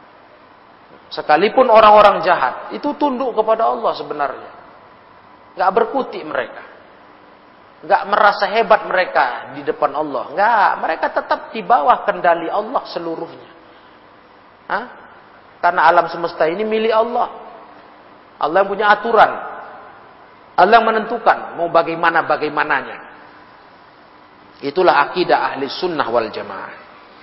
Sekalipun orang-orang jahat, itu tunduk kepada Allah sebenarnya. Gak berkutik mereka. Gak merasa hebat mereka di depan Allah. Gak, mereka tetap di bawah kendali Allah seluruhnya. Hah? Karena alam semesta ini milik Allah. Allah yang punya aturan. Allah yang menentukan mau bagaimana-bagaimananya. Itulah akidah ahli sunnah wal jamaah.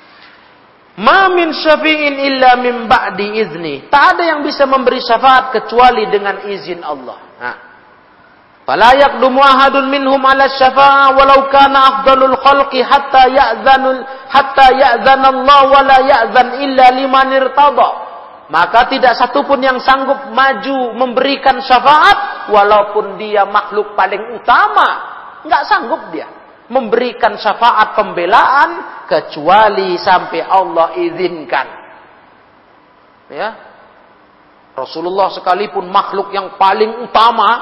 Ma min syafi'in illa min ba'di izni. Tak ada yang bisa memberi syafaat kecuali dengan izin Allah. Nah. Fala yaqdumu ahadun minhum 'ala syafa'ah walau kana afdalul khalqi hatta ya'zanul hatta ya'zana Allah wa la ya'zan illa liman irtada. Maka tidak satupun yang sanggup maju memberikan syafaat walaupun dia makhluk paling utama, enggak sanggup dia memberikan syafaat pembelaan kecuali sampai Allah izinkan. Ya. Rasulullah sekalipun makhluk yang paling utama,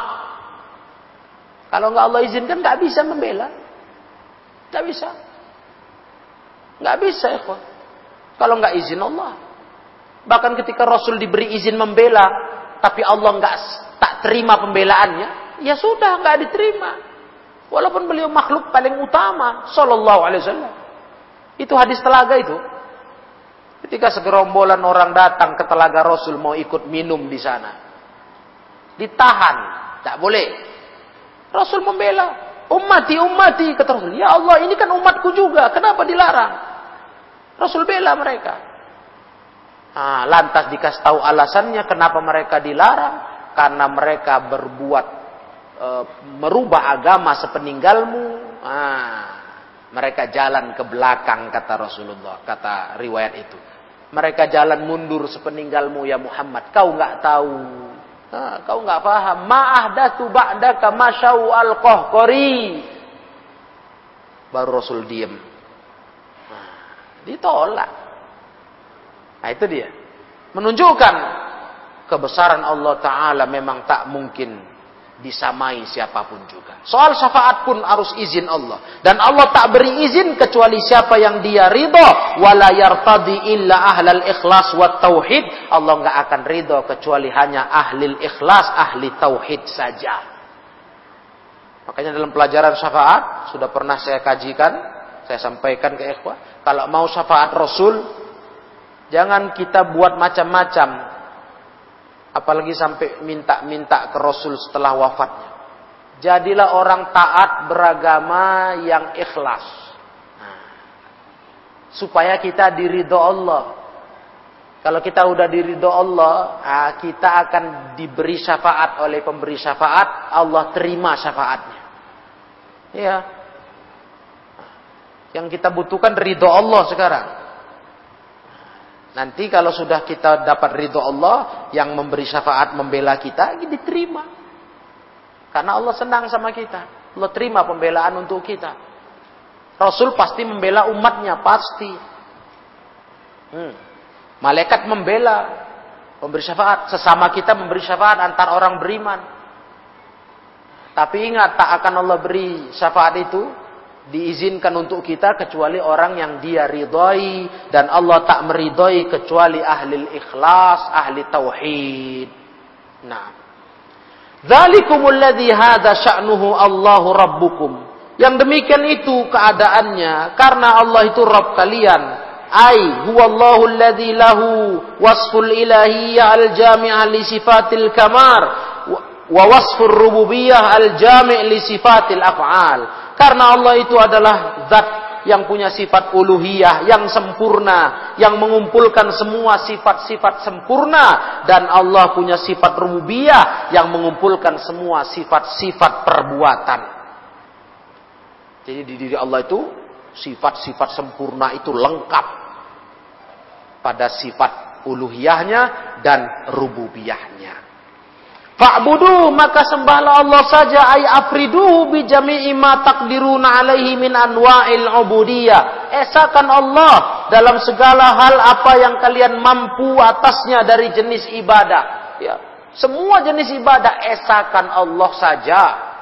kalau enggak Allah izinkan enggak bisa membela. Enggak bisa. Enggak bisa, ikhwan. Kalau enggak izin Allah. Bahkan ketika Rasul diberi izin membela, tapi Allah enggak tak terima pembelaannya, ya sudah enggak diterima. Walaupun beliau makhluk paling utama, sallallahu alaihi wasallam. Itu hadis telaga itu. Ketika segerombolan orang datang ke telaga Rasul mau ikut minum di sana, ditahan, tak boleh. Rasul membela, ummati ummati, kata Rasul. Ya Allah, ini kan umatku juga, kenapa dilarang? Rasul bela mereka. Nah, lantas dikasih tahu alasannya kenapa mereka dilarang, karena mereka berbuat e, merubah agama sepeninggalmu. Nah, mereka jalan ke belakang, kata Rasulullah, kata riwayat itu. Mereka jalan mundur sepeninggalmu ya Muhammad. Kau nggak tahu, nah, kau nggak paham. Ma'ahdatu ba'daka masyau al-qahqari. Baru Rasul diem. Nah, ditolak. Nah itu dia. Menunjukkan kebesaran Allah Ta'ala memang tak mungkin disamai siapapun juga. Soal syafaat pun harus izin Allah. Dan Allah tak beri izin kecuali siapa yang dia ridha. Wala yartadi illa ahlal ikhlas wa tauhid. Allah nggak akan ridha kecuali hanya ahli ikhlas, ahli tauhid saja. Makanya dalam pelajaran syafaat, sudah pernah saya kajikan, saya sampaikan ke ikhwah. Kalau mau syafaat Rasul, jangan kita buat macam-macam, apalagi sampai minta-minta ke Rasul setelah wafatnya. Jadilah orang taat beragama yang ikhlas, nah, supaya kita diridho Allah. Kalau kita udah diridho Allah, nah, kita akan diberi syafaat oleh pemberi syafaat. Allah terima syafaatnya. Ya, yang kita butuhkan ridho Allah sekarang. Nanti kalau sudah kita dapat ridho Allah, yang memberi syafaat membela kita, diterima. Karena Allah senang sama kita. Allah terima pembelaan untuk kita. Rasul pasti membela umatnya, pasti. Hmm. Malaikat membela, memberi syafaat. Sesama kita memberi syafaat antar orang beriman. Tapi ingat, tak akan Allah beri syafaat itu diizinkan untuk kita kecuali orang yang dia ridhai, dan Allah tak meridhai kecuali ahli ikhlas, ahli tauhid. Nah, dzalikumul ladzi hadza sya'nuhu Allahu rabbukum. Yang demikian itu keadaannya karena Allah itu Rabb kalian. Ai huwallahu alladzi lahu wasful ilahiyyah al-jami' li sifatil kamar wa wasfur rububiyyah al-jami' li sifatil af'al. Karena Allah itu adalah zat yang punya sifat uluhiyah yang sempurna, yang mengumpulkan semua sifat-sifat sempurna, dan Allah punya sifat rububiyah yang mengumpulkan semua sifat-sifat perbuatan. Jadi di diri Allah itu sifat-sifat sempurna itu lengkap pada sifat uluhiyahnya dan rububiyahnya. Fa'budu, maka sembahlah Allah saja, ay afriduhu bi jami'i ma taqdiruna alaihi min anwa'il ubudiyah. Esakan Allah dalam segala hal apa yang kalian mampu atasnya dari jenis ibadah. Ya, semua jenis ibadah esakan Allah saja.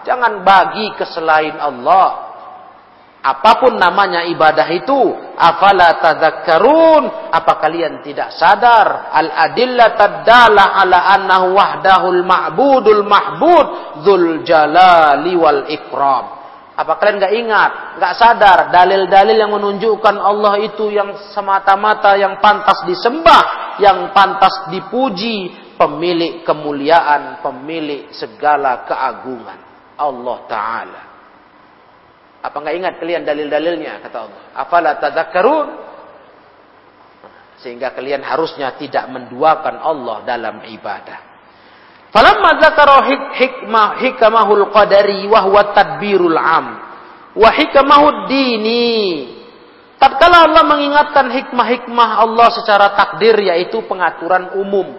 Jangan bagi ke selain Allah. Apapun namanya ibadah itu, afala tadzakkarun, apa kalian tidak sadar? Al-adillah tadalla ala annahu wahdahul ma'budul mahbud dzul jalali wal ikram. Apa kalian enggak ingat, enggak sadar dalil-dalil yang menunjukkan Allah itu yang semata-mata yang pantas disembah, yang pantas dipuji, pemilik kemuliaan, pemilik segala keagungan, Allah Ta'ala. Apa enggak ingat kalian dalil-dalilnya, kata Allah? Afala tadzakkarun? Sehingga kalian harusnya tidak menduakan Allah dalam ibadah. Falamma dzakara hikmah hikmahul qadari wa huwa tadbirul am wa hikmahud dini. Tatkala Allah mengingatkan hikmah-hikmah Allah secara takdir, yaitu pengaturan umum.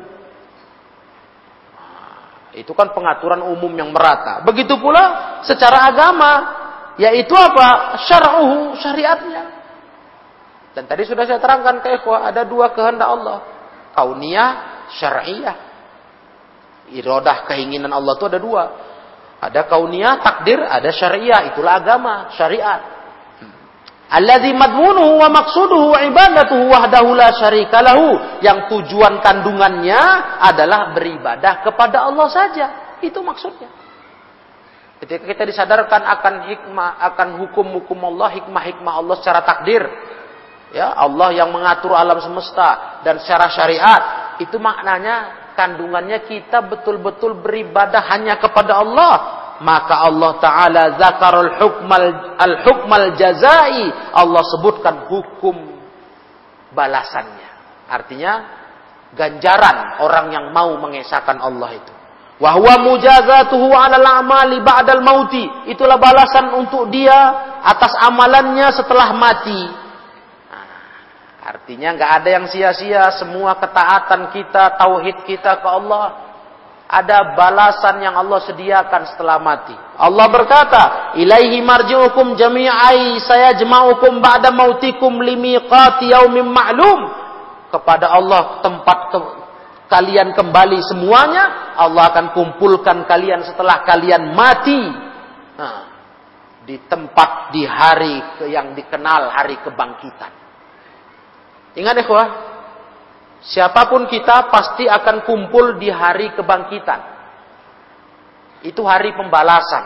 Itu kan pengaturan umum yang merata. Begitu pula secara agama, yaitu apa? Syar'uhu, syariatnya. Dan tadi sudah saya terangkan ke ikhwah, ada dua kehendak Allah. Kauniyah, syar'iyah. Iradah, keinginan Allah itu ada dua. Ada kauniyah, takdir, ada syariah. Itulah agama, syariat. Alladzi madmunuhu wa maqsuduhu ibadatuhu wahdahu la syarika lahu. Yang tujuan kandungannya adalah beribadah kepada Allah saja. Itu maksudnya. Ketika kita disadarkan akan hikmah, akan hukum-hukum Allah, hikmah-hikmah Allah secara takdir, ya, Allah yang mengatur alam semesta, dan secara syariat, itu maknanya kandungannya kita betul-betul beribadah hanya kepada Allah. Maka Allah Ta'ala zakarul hukmal al-hukmal jazai, Allah sebutkan hukum balasannya. Artinya ganjaran orang yang mau mengesahkan Allah itu. Wa huwa mujazatuhu 'alal a'mali ba'dal mauti. Itulah balasan untuk dia atas amalannya setelah mati. Nah, artinya enggak ada yang sia-sia, semua ketaatan kita, tauhid kita ke Allah, ada balasan yang Allah sediakan setelah mati. Allah berkata, "Ilaihi marji'ukum jami'ai sayajma'ukum ba'da mautikum limiqati yaumin ma'lum." Kepada Allah tempat ke kalian kembali semuanya, Allah akan kumpulkan kalian setelah kalian mati. Nah, di tempat di hari yang dikenal hari kebangkitan. Ingat ikhwah, siapapun kita pasti akan kumpul di hari kebangkitan. Itu hari pembalasan.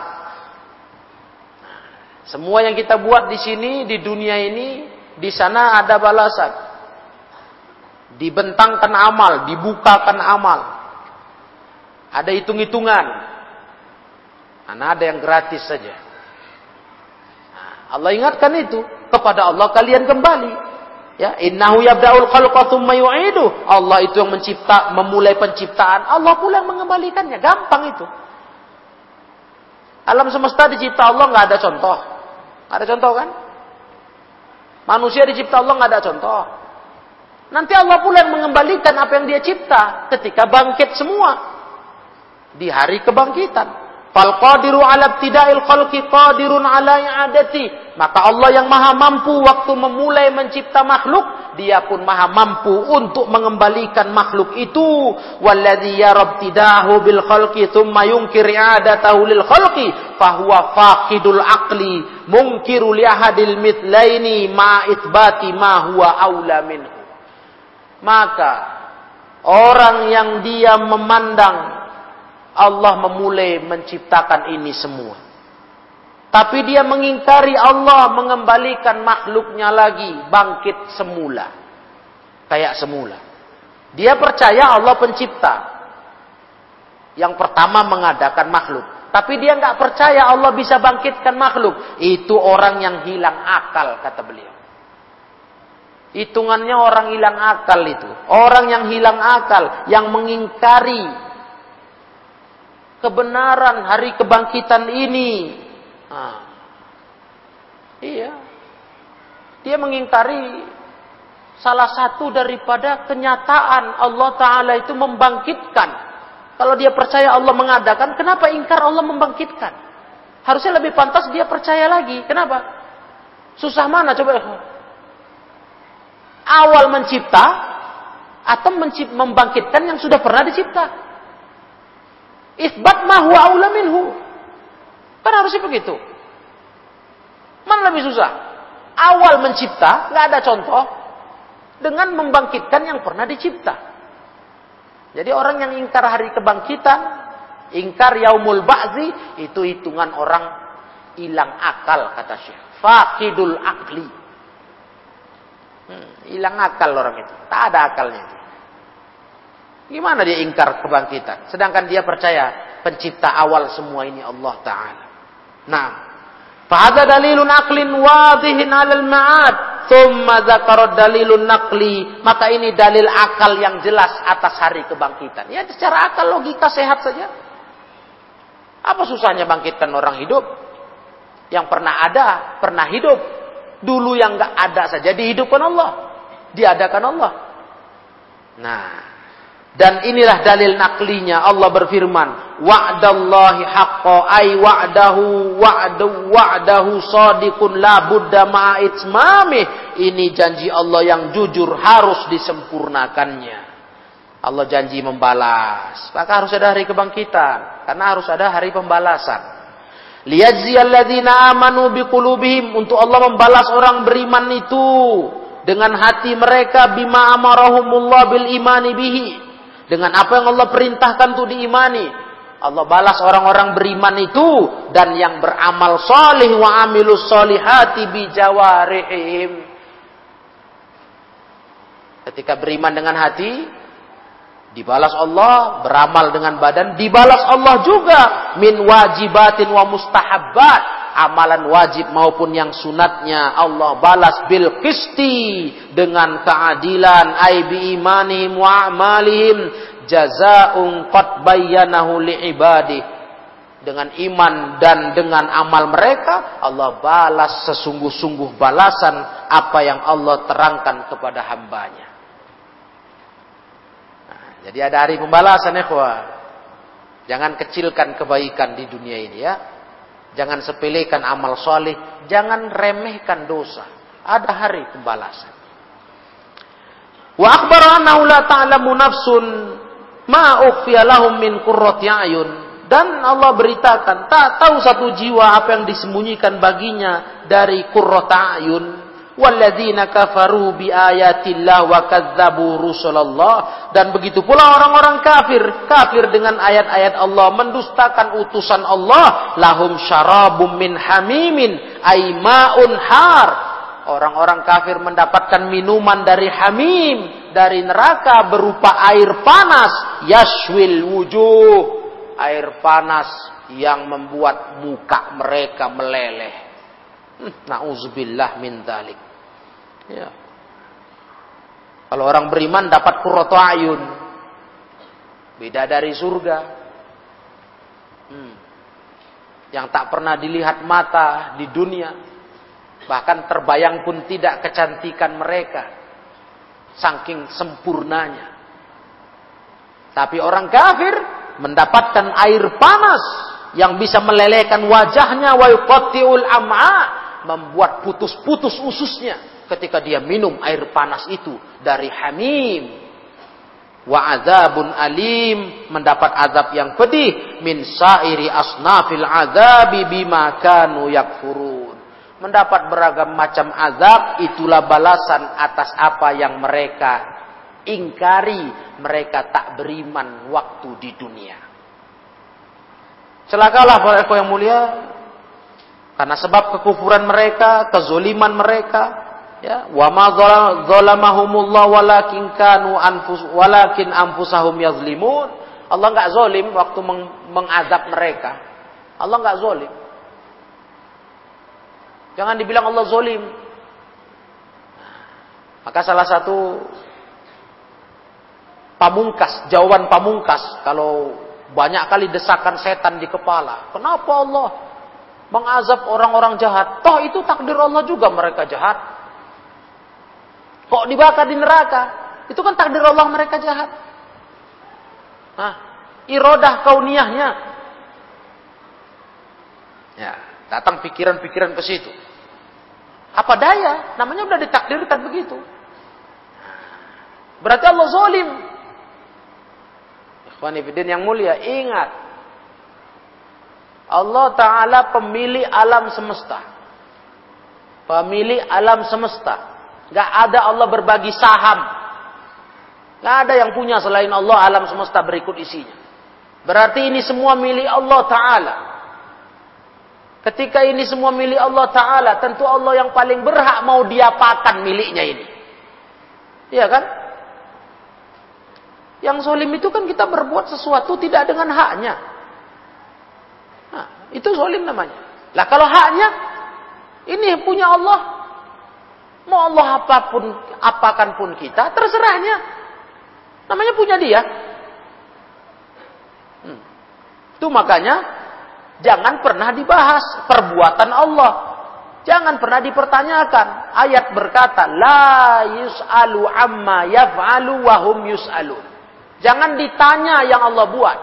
Semua yang kita buat di sini, di dunia ini, di sana ada balasan. Dibentangkan amal, dibukakan amal. Ada hitung-hitungan. Karena ada yang gratis saja. Nah, Allah ingatkan itu, kepada Allah kalian kembali. Ya, innahu yabda'ul khalqa tsumma yu'idu. Allah itu yang mencipta, memulai penciptaan, Allah pula yang mengembalikannya. Gampang itu. Alam semesta dicipta Allah enggak ada contoh. Enggak ada contoh kan? Manusia dicipta Allah enggak ada contoh. Nanti Allah pula yang mengembalikan apa yang dia cipta ketika bangkit semua di hari kebangkitan. Fal qadiru 'ala ibtida'il khalqi qadirun 'ala i'adati. Maka Allah yang maha mampu waktu memulai mencipta makhluk, dia pun maha mampu untuk mengembalikan makhluk itu. Walladzi yarabtidahu bil khalqi tsumma yunkir i'adatahu lil khalqi fahuwa faqidul aqli munkiru li ahadil mithlaini ma itsbati ma huwa aula minhu. Maka orang yang dia memandang Allah memulai menciptakan ini semua, tapi dia mengingkari Allah mengembalikan makhluknya lagi bangkit semula, kayak semula. Dia percaya Allah pencipta yang pertama mengadakan makhluk, tapi dia nggak percaya Allah bisa bangkitkan makhluk. Itu orang yang hilang akal, kata beliau. Hitungannya orang hilang akal itu. Orang yang hilang akal, yang mengingkari kebenaran hari kebangkitan ini. Nah, iya. Dia mengingkari salah satu daripada kenyataan Allah Ta'ala itu membangkitkan. Kalau dia percaya Allah mengadakan, kenapa ingkar Allah membangkitkan? Harusnya lebih pantas dia percaya lagi. Kenapa? Susah mana coba? Awal mencipta atau mencipt, membangkitkan yang sudah pernah dicipta. Isbat ma huwa aula minhu. Kan harusnya begitu. Mana lebih susah? Awal mencipta, nggak ada contoh, dengan membangkitkan yang pernah dicipta. Jadi orang yang ingkar hari kebangkitan, ingkar yaumul ba'zi, itu hitungan orang hilang akal, kata Syekh. Faqidul akli. Hmm, hilang akal orang itu. Tak ada akalnya itu. Gimana dia ingkar kebangkitan? Sedangkan dia percaya pencipta awal semua ini Allah Ta'ala. Nah, fahadha dalilun aqlin wadihin alal ma'ad. Thumma zakarad dalilun naqli. Maka ini dalil akal yang jelas atas hari kebangkitan. Ya secara akal logika sehat saja. Apa susahnya bangkitkan orang hidup? Yang pernah ada, pernah hidup. Dulu yang gak ada saja dihidupkan Allah. Diadakan Allah. Nah, dan inilah dalil naklinya. Allah berfirman, wa'dallahi haqqa ay wa'dahu wa'du wa'dahu shadiqun la budda ma'a itmamih. Ini janji Allah yang jujur, harus disempurnakannya. Allah janji membalas. Maka harus ada hari kebangkitan, karena harus ada hari pembalasan. Liyajziyalladzina amanu biqulubihim, untuk Allah membalas orang beriman itu dengan hati mereka, bima amarahumullah bil imani bihi, dengan apa yang Allah perintahkan itu diimani. Allah balas orang-orang beriman itu dan yang beramal salih wa amilus solihati bijawarihim. Ketika beriman dengan hati, dibalas Allah, beramal dengan badan, dibalas Allah juga. Min wajibatin wa mustahabbat, amalan wajib maupun yang sunatnya Allah balas bil qisti, dengan keadilan. Ai bi imanihim wa amalihim jazaa'un qad bayyanahu li ibadi, dengan iman dan dengan amal mereka Allah balas sesungguh-sungguh balasan apa yang Allah terangkan kepada hambanya. Nah, jadi ada hari pembalasan, ikhwah. Jangan kecilkan kebaikan di dunia ini, ya. Jangan sepelekan amal soleh, jangan remehkan dosa. Ada hari pembalasan. Wa akhbara annahu la ta'lamu nafsun ma ukhfiya lahum min qurrati ayun. Dan Allah beritakan, tak tahu satu jiwa apa yang disembunyikan baginya dari qurrata ayun. Walladzina kafaru bi ayatillah wa kadzdzabu rusulallah. Dan begitu pula orang-orang kafir, kafir dengan ayat-ayat Allah, mendustakan utusan Allah. Lahum syarabum min hamimin ay ma'un har. Orang-orang kafir mendapatkan minuman dari hamim, dari neraka, berupa air panas. Yashwil wujuh, air panas yang membuat muka mereka meleleh. Hmm, na'udzubillah min dzalik. Ya. Kalau orang beriman dapat qurratu ayun, beda dari surga. Hmm. Yang tak pernah dilihat mata di dunia, bahkan terbayang pun tidak kecantikan mereka, saking sempurnanya. Tapi orang kafir mendapatkan air panas yang bisa melelehkan wajahnya, wa yuqatti'ul am'a, membuat putus-putus ususnya ketika dia minum air panas itu dari hamim. Wa adzabun alim, mendapat azab yang pedih, min sairi asnafil azabi bima kanu yakfurun. Mendapat beragam macam azab, itulah balasan atas apa yang mereka ingkari, mereka tak beriman waktu di dunia. Celakalah para ikhwan yang mulia, karena sebab kekufuran mereka, kezoliman mereka, ya, wa ma zalamahumullah walakin kanu anfus walakin anfusahum yazlimun. Allah enggak zalim waktu meng mengazab mereka. Allah enggak zalim. Jangan dibilang Allah zalim. Maka salah satu pamungkas, jawaban pamungkas kalau banyak kali desakan setan di kepala, kenapa Allah mengazab orang-orang jahat? Toh itu takdir Allah juga mereka jahat. Kok dibakar di neraka? Itu kan takdir Allah mereka jahat. Hah, iradah kauniyahnya. Ya, datang pikiran-pikiran ke situ. Apa daya? Namanya udah ditakdirkan begitu. Berarti Allah zalim. Ikhwan fillah yang mulia, ingat. Allah Ta'ala pemilik alam semesta. Pemilik alam semesta. Gak ada Allah berbagi saham. Gak ada yang punya selain Allah alam semesta berikut isinya. Berarti ini semua milik Allah Ta'ala. Ketika ini semua milik Allah Ta'ala, tentu Allah yang paling berhak mau diapakan miliknya ini. Iya kan? Yang zalim itu kan kita berbuat sesuatu tidak dengan haknya. Nah, itu zalim namanya. Lah kalau haknya, ini punya Allah. Mau Allah apapun, apakan pun kita, terserahnya. Namanya punya dia. Hmm. Itu makanya, jangan pernah dibahas perbuatan Allah. Jangan pernah dipertanyakan. Ayat berkata, La yus'alu amma yaf'alu wa hum yus'alun. Jangan ditanya yang Allah buat.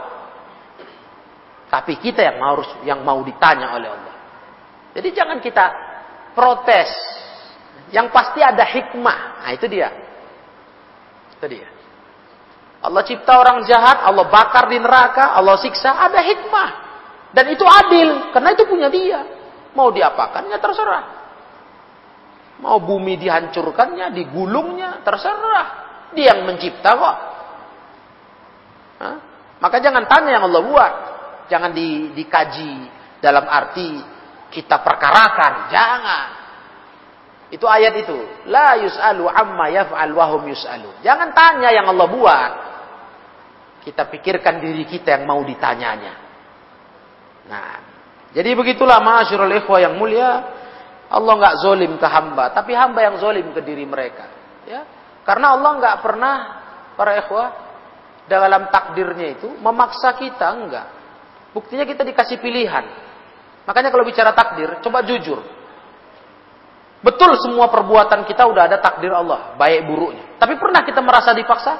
Tapi kita yang harus yang mau ditanya oleh Allah. Jadi jangan kita protes. Yang pasti ada hikmah. Nah itu dia. Itu dia. Allah cipta orang jahat, Allah bakar di neraka, Allah siksa, ada hikmah. Dan itu adil, karena itu punya dia. Mau diapakannya terserah. Mau bumi dihancurkannya, digulungnya, terserah. Dia yang mencipta kok. Hah? Maka jangan tanya yang Allah buat. Jangan di, dikaji dalam arti kita perkarakan. Jangan. Itu ayat itu. La yus'alu amma yaf'al wa hum yus'alun. Jangan tanya yang Allah buat. Kita pikirkan diri kita yang mau ditanyanya. Nah, jadi begitulah ma'asyiral ikhwah yang mulia. Allah enggak zalim ke hamba, tapi hamba yang zalim ke diri mereka. Ya. Karena Allah enggak pernah para ikhwah dalam takdirnya itu memaksa kita, enggak. Buktinya kita dikasih pilihan. Makanya kalau bicara takdir, coba jujur. Betul semua perbuatan kita udah ada takdir Allah, baik buruknya. Tapi pernah kita merasa dipaksa?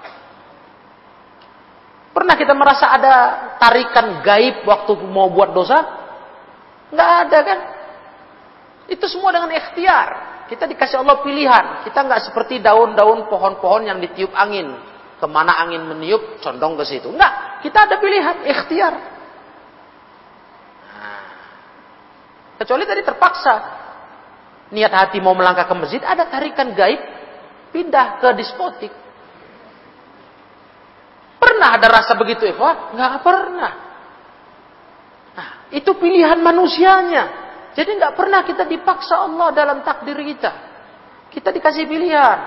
Pernah kita merasa ada tarikan gaib waktu mau buat dosa? Enggak ada kan? Itu semua dengan ikhtiar. Kita dikasih Allah pilihan. Kita enggak seperti daun-daun pohon-pohon yang ditiup angin. Kemana angin meniup, condong ke situ. Enggak, kita ada pilihan, ikhtiar. Nah, kecuali tadi terpaksa. Niat hati mau melangkah ke masjid, ada tarikan gaib, pindah ke diskotik. Pernah ada rasa begitu, Eva? Enggak pernah. Nah, itu pilihan manusianya. Jadi enggak pernah kita dipaksa Allah dalam takdir kita. Kita dikasih pilihan.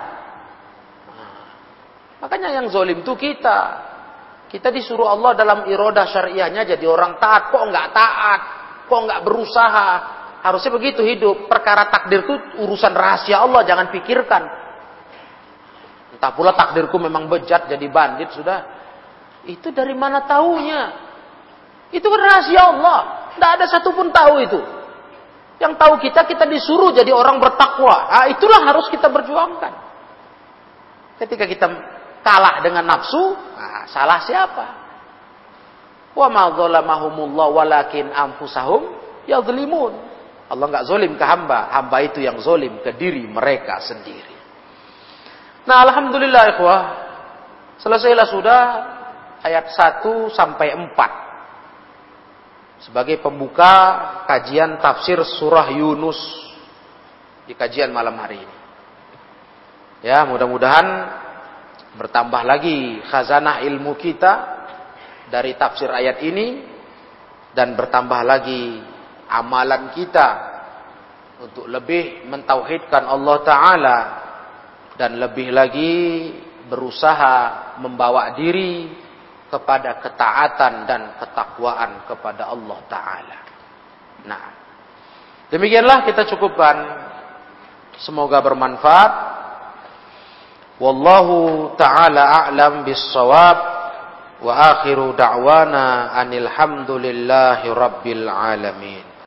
Makanya yang zalim itu kita. Kita disuruh Allah dalam irodah syariahnya jadi orang taat. Kok enggak taat? Kok enggak berusaha? Harusnya begitu hidup. Perkara takdir itu urusan rahasia Allah. Jangan pikirkan. Entah pula takdirku memang bejat jadi bandit sudah. Itu dari mana taunya? Itu kan rahasia Allah. Tidak ada satupun tahu itu. Yang tahu kita, kita disuruh jadi orang bertakwa. Nah, itulah harus kita berjuangkan. Ketika kita kalah dengan nafsu, nah, salah siapa? Wa ma dzalamahumullah walakin anfusahum yadzlimun. Allah enggak zalim ke hamba, hamba itu yang zalim ke diri mereka sendiri. Nah, alhamdulillah ikhwah, selesailah sudah ayat satu sampai empat. Sebagai pembuka kajian tafsir surah Yunus di kajian malam hari ini. Ya, mudah-mudahan bertambah lagi khazanah ilmu kita dari tafsir ayat ini dan bertambah lagi amalan kita untuk lebih mentauhidkan Allah Ta'ala dan lebih lagi berusaha membawa diri kepada ketaatan dan ketakwaan kepada Allah Ta'ala. Nah, demikianlah kita cukupkan. Semoga bermanfaat. Wallahu ta'ala a'lam bis-shawab. Wa akhiru da'wana anil hamdulillahi rabbil alamin.